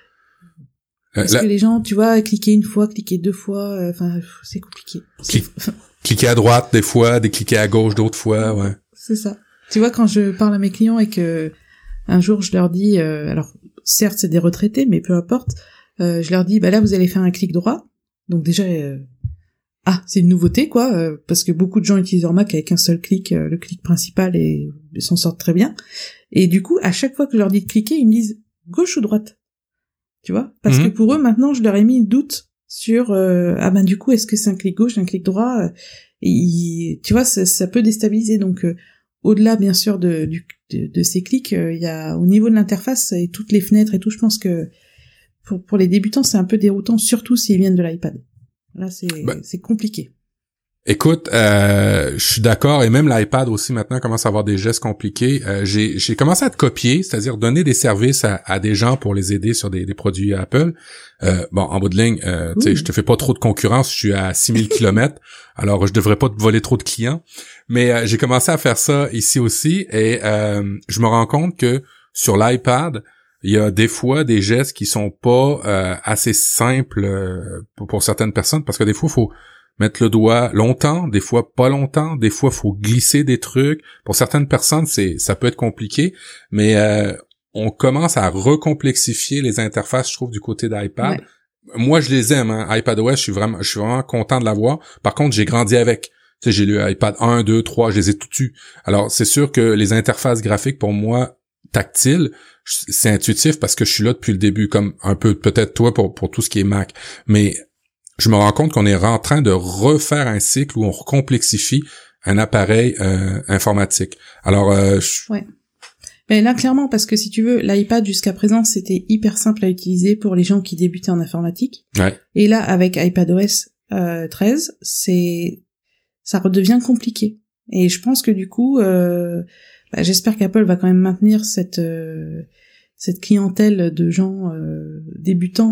parce Là, que les gens, tu vois, cliquer une fois, cliquer deux fois, enfin, euh, c'est compliqué. Cli- cliquer à droite des fois, des cliquer à gauche d'autres fois, ouais. C'est ça. Tu vois, quand je parle à mes clients et que un jour je leur dis, euh, alors certes c'est des retraités, mais peu importe, euh, je leur dis, bah là vous allez faire un clic droit. Donc déjà, euh, ah, c'est une nouveauté, quoi, euh, parce que beaucoup de gens utilisent leur Mac avec un seul clic, euh, le clic principal, et ils s'en sortent très bien. Et du coup, à chaque fois que je leur dis de cliquer, ils me disent gauche ou droite, tu vois, parce mmh. que pour eux, maintenant, je leur ai mis le doute sur, euh, ah ben du coup, est-ce que c'est un clic gauche, un clic droit, et ils, tu vois, ça, ça peut déstabiliser. Donc, euh, au-delà, bien sûr, de, du, de, de ces clics, il euh, y a au niveau de l'interface et toutes les fenêtres et tout, je pense que Pour, pour les débutants, c'est un peu déroutant, surtout s'ils viennent de l'iPad. Là, c'est, ben, c'est compliqué. Écoute, euh, je suis d'accord, et même l'iPad aussi maintenant commence à avoir des gestes compliqués. Euh, j'ai, j'ai commencé à te copier, c'est-à-dire donner des services à, à des gens pour les aider sur des, des produits Apple. Euh, bon, en bout de ligne, euh, tu sais, je te fais pas trop de concurrence, je suis à six mille kilomètres, alors je devrais pas te voler trop de clients. Mais euh, j'ai commencé à faire ça ici aussi, et euh, je me rends compte que sur l'iPad, il y a des fois des gestes qui sont pas euh, assez simples euh, pour, pour certaines personnes, parce que des fois, il faut mettre le doigt longtemps, des fois pas longtemps, des fois, il faut glisser des trucs. Pour certaines personnes, c'est ça peut être compliqué, mais euh, on commence à recomplexifier les interfaces, je trouve, du côté d'iPad. Ouais. Moi, je les aime, hein. iPadOS, je suis vraiment je suis vraiment content de l'avoir. Par contre, j'ai grandi avec. Tu sais, j'ai lu iPad un, deux, trois, je les ai tout eus. Alors, c'est sûr que les interfaces graphiques, pour moi, tactiles, c'est intuitif parce que je suis là depuis le début, comme un peu peut-être toi pour pour tout ce qui est Mac. Mais je me rends compte qu'on est en train de refaire un cycle où on recomplexifie un appareil euh, informatique. Alors, euh, je... ouais. Mais là, clairement, parce que si tu veux, l'iPad jusqu'à présent, c'était hyper simple à utiliser pour les gens qui débutaient en informatique. Ouais. Et là, avec iPadOS euh, treize, c'est ça redevient compliqué. Et je pense que du coup, euh, bah, j'espère qu'Apple va quand même maintenir cette euh, cette clientèle de gens euh, débutants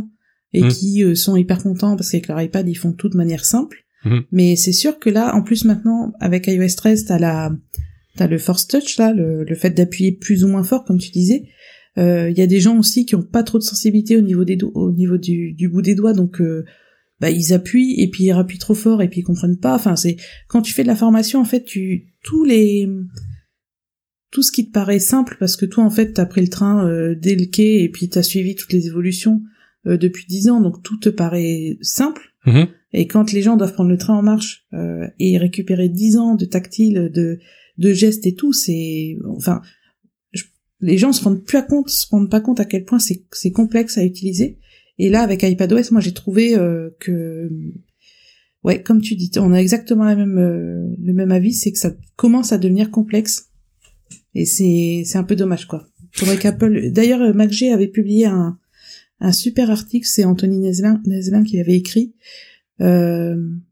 et mmh. qui euh, sont hyper contents parce qu'avec leur iPad, ils font tout de manière simple. Mmh. Mais c'est sûr que là, en plus maintenant, avec iOS treize, t'as la, t'as le Force Touch, là, le, le fait d'appuyer plus ou moins fort, comme tu disais. Il euh, y a des gens aussi qui ont pas trop de sensibilité au niveau des do- au niveau du, du bout des doigts, donc euh, bah ils appuient et puis ils appuient trop fort et puis ils comprennent pas. Enfin, c'est quand tu fais de la formation, en fait, tu tous les tout ce qui te paraît simple, parce que toi, en fait, t'as pris le train euh, dès le quai et puis t'as suivi toutes les évolutions euh, depuis dix ans, donc tout te paraît simple. Mmh. Et quand les gens doivent prendre le train en marche euh, et récupérer dix ans de tactile, de de gestes et tout, c'est enfin je, les gens se rendent plus à compte, se rendent pas compte à quel point c'est c'est complexe à utiliser. Et là, avec iPadOS, moi j'ai trouvé euh, que ouais, comme tu dis, on a exactement la même euh, le même avis, c'est que ça commence à devenir complexe. Et c'est c'est un peu dommage, quoi. Faudrait qu'Apple... D'ailleurs, MacG avait publié un un super article, c'est Anthony Neslin, Neslin qui l'avait écrit. Euh,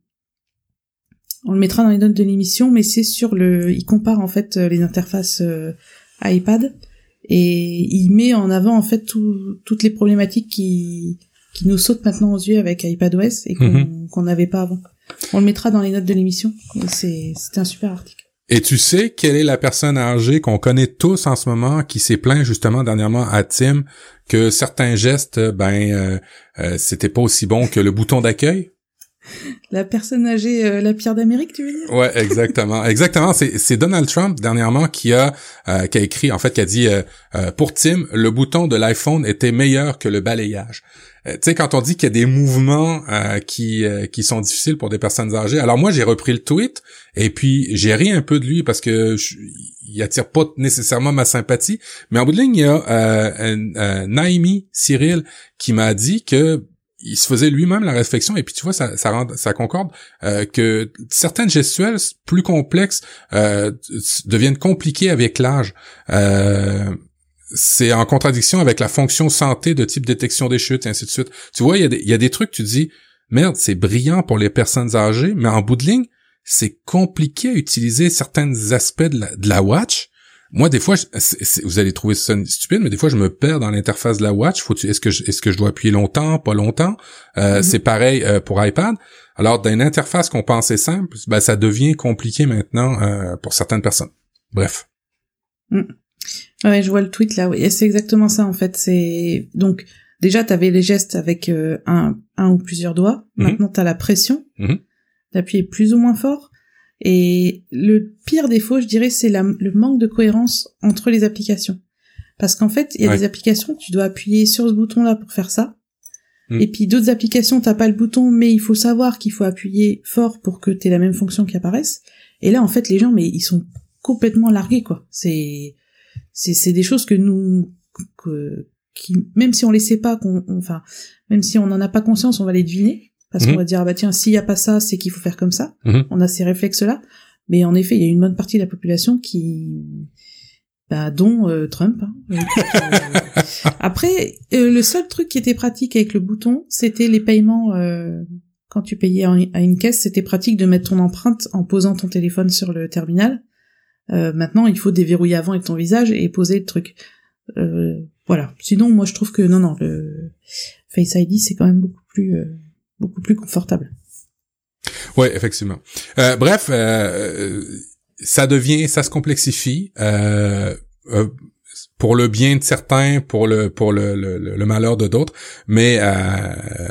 on le mettra dans les notes de l'émission, mais c'est sur le... Il compare en fait les interfaces euh, iPad et il met en avant en fait tout, toutes les problématiques qui qui nous sautent maintenant aux yeux avec iPadOS et qu'on mm-hmm. qu'on n'avait pas avant. On le mettra dans les notes de l'émission. Et c'est c'était un super article. Et tu sais quelle est la personne âgée qu'on connaît tous en ce moment qui s'est plaint justement dernièrement à Tim que certains gestes, ben, euh, euh, c'était pas aussi bon que le bouton d'accueil? La personne âgée, euh, la pire d'Amérique, tu veux dire? Ouais, exactement, exactement. C'est, c'est Donald Trump dernièrement qui a euh, qui a écrit, en fait, qui a dit euh, euh, pour Tim, le bouton de l'iPhone était meilleur que le balayage. Euh, tu sais, quand on dit qu'il y a des mouvements euh, qui euh, qui sont difficiles pour des personnes âgées. Alors moi, j'ai repris le tweet et puis j'ai ri un peu de lui parce que je, il attire pas nécessairement ma sympathie. Mais en bout de ligne, il y a euh, euh, Naimi Cyril qui m'a dit que il se faisait lui-même la réflexion, et puis tu vois, ça, ça, rend, ça concorde, euh, que certaines gestuelles plus complexes euh, deviennent compliquées avec l'âge. Euh, c'est en contradiction avec la fonction santé de type détection des chutes, et ainsi de suite. Tu vois, il y a des, il y a des trucs, tu dis, merde, c'est brillant pour les personnes âgées, mais en bout de ligne, c'est compliqué à utiliser certains aspects de la, de la watch. Moi, des fois, je, c'est, c'est, vous allez trouver ça stupide, mais des fois, je me perds dans l'interface de la watch. Faut est-ce que je, est-ce que je dois appuyer longtemps, pas longtemps? Euh, mm-hmm. C'est pareil euh, pour iPad. Alors, dans une interface qu'on pensait simple, ben, ça devient compliqué maintenant euh, pour certaines personnes. Bref. Mm. Ouais, je vois le tweet là. Oui, et c'est exactement ça en fait. C'est donc déjà, t'avais les gestes avec euh, un, un ou plusieurs doigts. Mm-hmm. Maintenant, t'as la pression mm-hmm. d'appuyer plus ou moins fort. Et le pire défaut, je dirais, c'est la, le manque de cohérence entre les applications. Parce qu'en fait, il y a ouais. des applications, tu dois appuyer sur ce bouton-là pour faire ça. Mm. Et puis d'autres applications, t'as pas le bouton, mais il faut savoir qu'il faut appuyer fort pour que t'aies la même fonction qui apparaisse. Et là, en fait, les gens, mais ils sont complètement largués, quoi. C'est, c'est, c'est des choses que nous, que, qui, même si on les sait pas, qu'on, on, enfin, même si on n'en a pas conscience, on va les deviner. Parce mmh. qu'on va dire, ah bah tiens, s'il y a pas ça, c'est qu'il faut faire comme ça. Mmh. On a ces réflexes-là. Mais en effet, il y a une bonne partie de la population qui, bah, dont euh, Trump. Hein. euh... Après, euh, le seul truc qui était pratique avec le bouton, c'était les paiements. Euh... Quand tu payais en, à une caisse, c'était pratique de mettre ton empreinte en posant ton téléphone sur le terminal. Euh, maintenant, il faut déverrouiller avant avec ton visage et poser le truc. Euh, voilà. Sinon, moi, je trouve que non, non, le Face I D, c'est quand même beaucoup plus... Euh... beaucoup plus confortable. Oui, effectivement. Euh, bref, euh, ça devient, ça se complexifie euh, euh, pour le bien de certains, pour le pour le le, le malheur de d'autres, mais euh,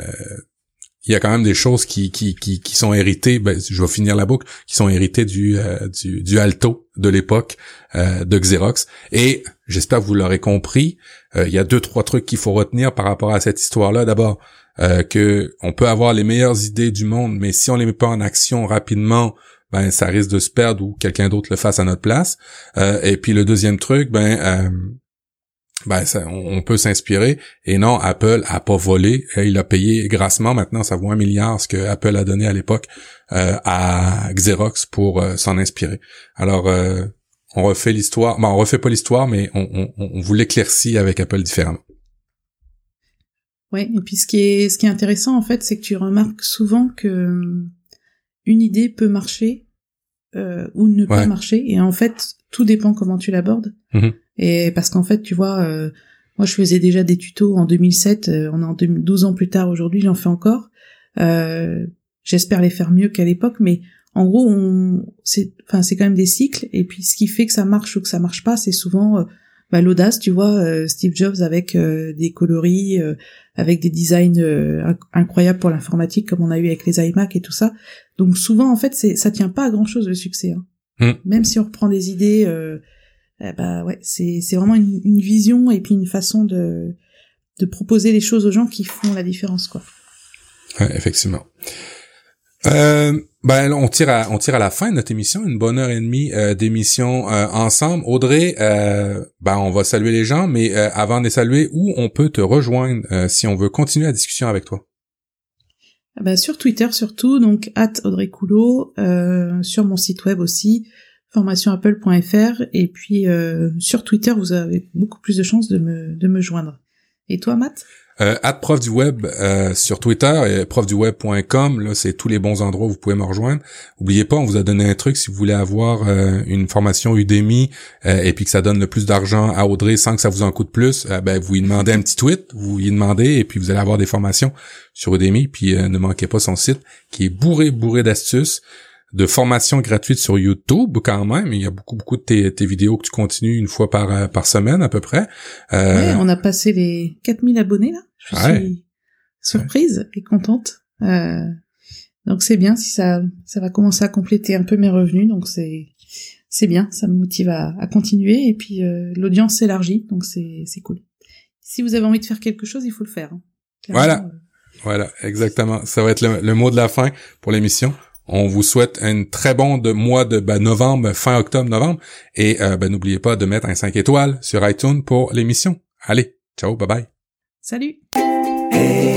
il y a quand même des choses qui qui qui, qui sont héritées. Ben, je vais finir la boucle, qui sont héritées du euh, du, du Alto de l'époque euh, de Xerox. Et j'espère que vous l'aurez compris. Euh, il y a deux trois trucs qu'il faut retenir par rapport à cette histoire-là. D'abord. Euh, que on peut avoir les meilleures idées du monde, mais si on les met pas en action rapidement, ben ça risque de se perdre ou quelqu'un d'autre le fasse à notre place. Euh, et puis le deuxième truc, ben euh, ben ça, on, on peut s'inspirer. Et non, Apple a pas volé, il a payé grassement. Maintenant, ça vaut un milliard ce que Apple a donné à l'époque euh, à Xerox pour euh, s'en inspirer. Alors euh, on refait l'histoire, ben on refait pas l'histoire, mais on, on, on vous l'éclaircit avec Apple différemment. Ouais, et puis ce qui est ce qui est intéressant en fait, c'est que tu remarques souvent que une idée peut marcher euh, ou ne pas ouais. marcher, et en fait tout dépend comment tu l'abordes. Mm-hmm. Et parce qu'en fait, tu vois, euh, Moi, je faisais déjà des tutos en deux mille sept. Euh, on est en deux mille douze ans plus tard aujourd'hui, j'en fais encore. Euh, j'espère les faire mieux qu'à l'époque, mais en gros, on, c'est, enfin, c'est quand même des cycles. Et puis, ce qui fait que ça marche ou que ça marche pas, c'est souvent euh, bah, l'audace. Tu vois, euh, Steve Jobs avec euh, des coloris, euh, avec des designs euh, inc- incroyables pour l'informatique, comme on a eu avec les iMac et tout ça. Donc, souvent, en fait, c'est, ça tient pas à grand chose le succès. Hein. Mm. Même si on reprend des idées, euh, eh bah ouais, c'est, c'est vraiment une, une vision et puis une façon de, de proposer les choses aux gens qui font la différence, quoi. Ouais, effectivement. Euh, ben, on tire à, on tire à la fin de notre émission, une bonne heure et demie euh, d'émission euh, ensemble. Audrey, euh, ben, on va saluer les gens, mais euh, avant de les saluer, où on peut te rejoindre euh, si on veut continuer la discussion avec toi? Ben, sur Twitter surtout, donc at Audrey Coulot, euh, sur mon site web aussi, formation apple point f r, et puis euh, sur Twitter, vous avez beaucoup plus de chances de me, de me joindre. Et toi, Matt? Euh, at prof du web euh, sur Twitter et prof du web point com, là c'est tous les bons endroits où vous pouvez me rejoindre. Oubliez pas, on vous a donné un truc si vous voulez avoir euh, une formation Udemy euh, et puis que ça donne le plus d'argent à Audrey sans que ça vous en coûte plus, euh, ben vous lui demandez un petit tweet, vous lui demandez et puis vous allez avoir des formations sur Udemy, puis euh, ne manquez pas son site qui est bourré bourré d'astuces, de formations gratuites sur YouTube quand même. Il y a beaucoup beaucoup de tes, tes vidéos que tu continues une fois par par semaine à peu près. Euh, ouais, on a passé les quatre mille abonnés là. Je ouais. suis surprise ouais. et contente. Euh, donc c'est bien si ça ça va commencer à compléter un peu mes revenus. Donc c'est c'est bien, ça me motive à, à continuer et puis euh, l'audience s'élargit, donc c'est c'est cool. Si vous avez envie de faire quelque chose, il faut le faire. Hein. Voilà, euh... voilà, exactement. Ça va être le, le mot de la fin pour l'émission. On vous souhaite un très bon de mois de ben, novembre, fin octobre, novembre. Et euh, ben, n'oubliez pas de mettre un cinq étoiles sur iTunes pour l'émission. Allez, ciao, bye bye. Salut. Hey.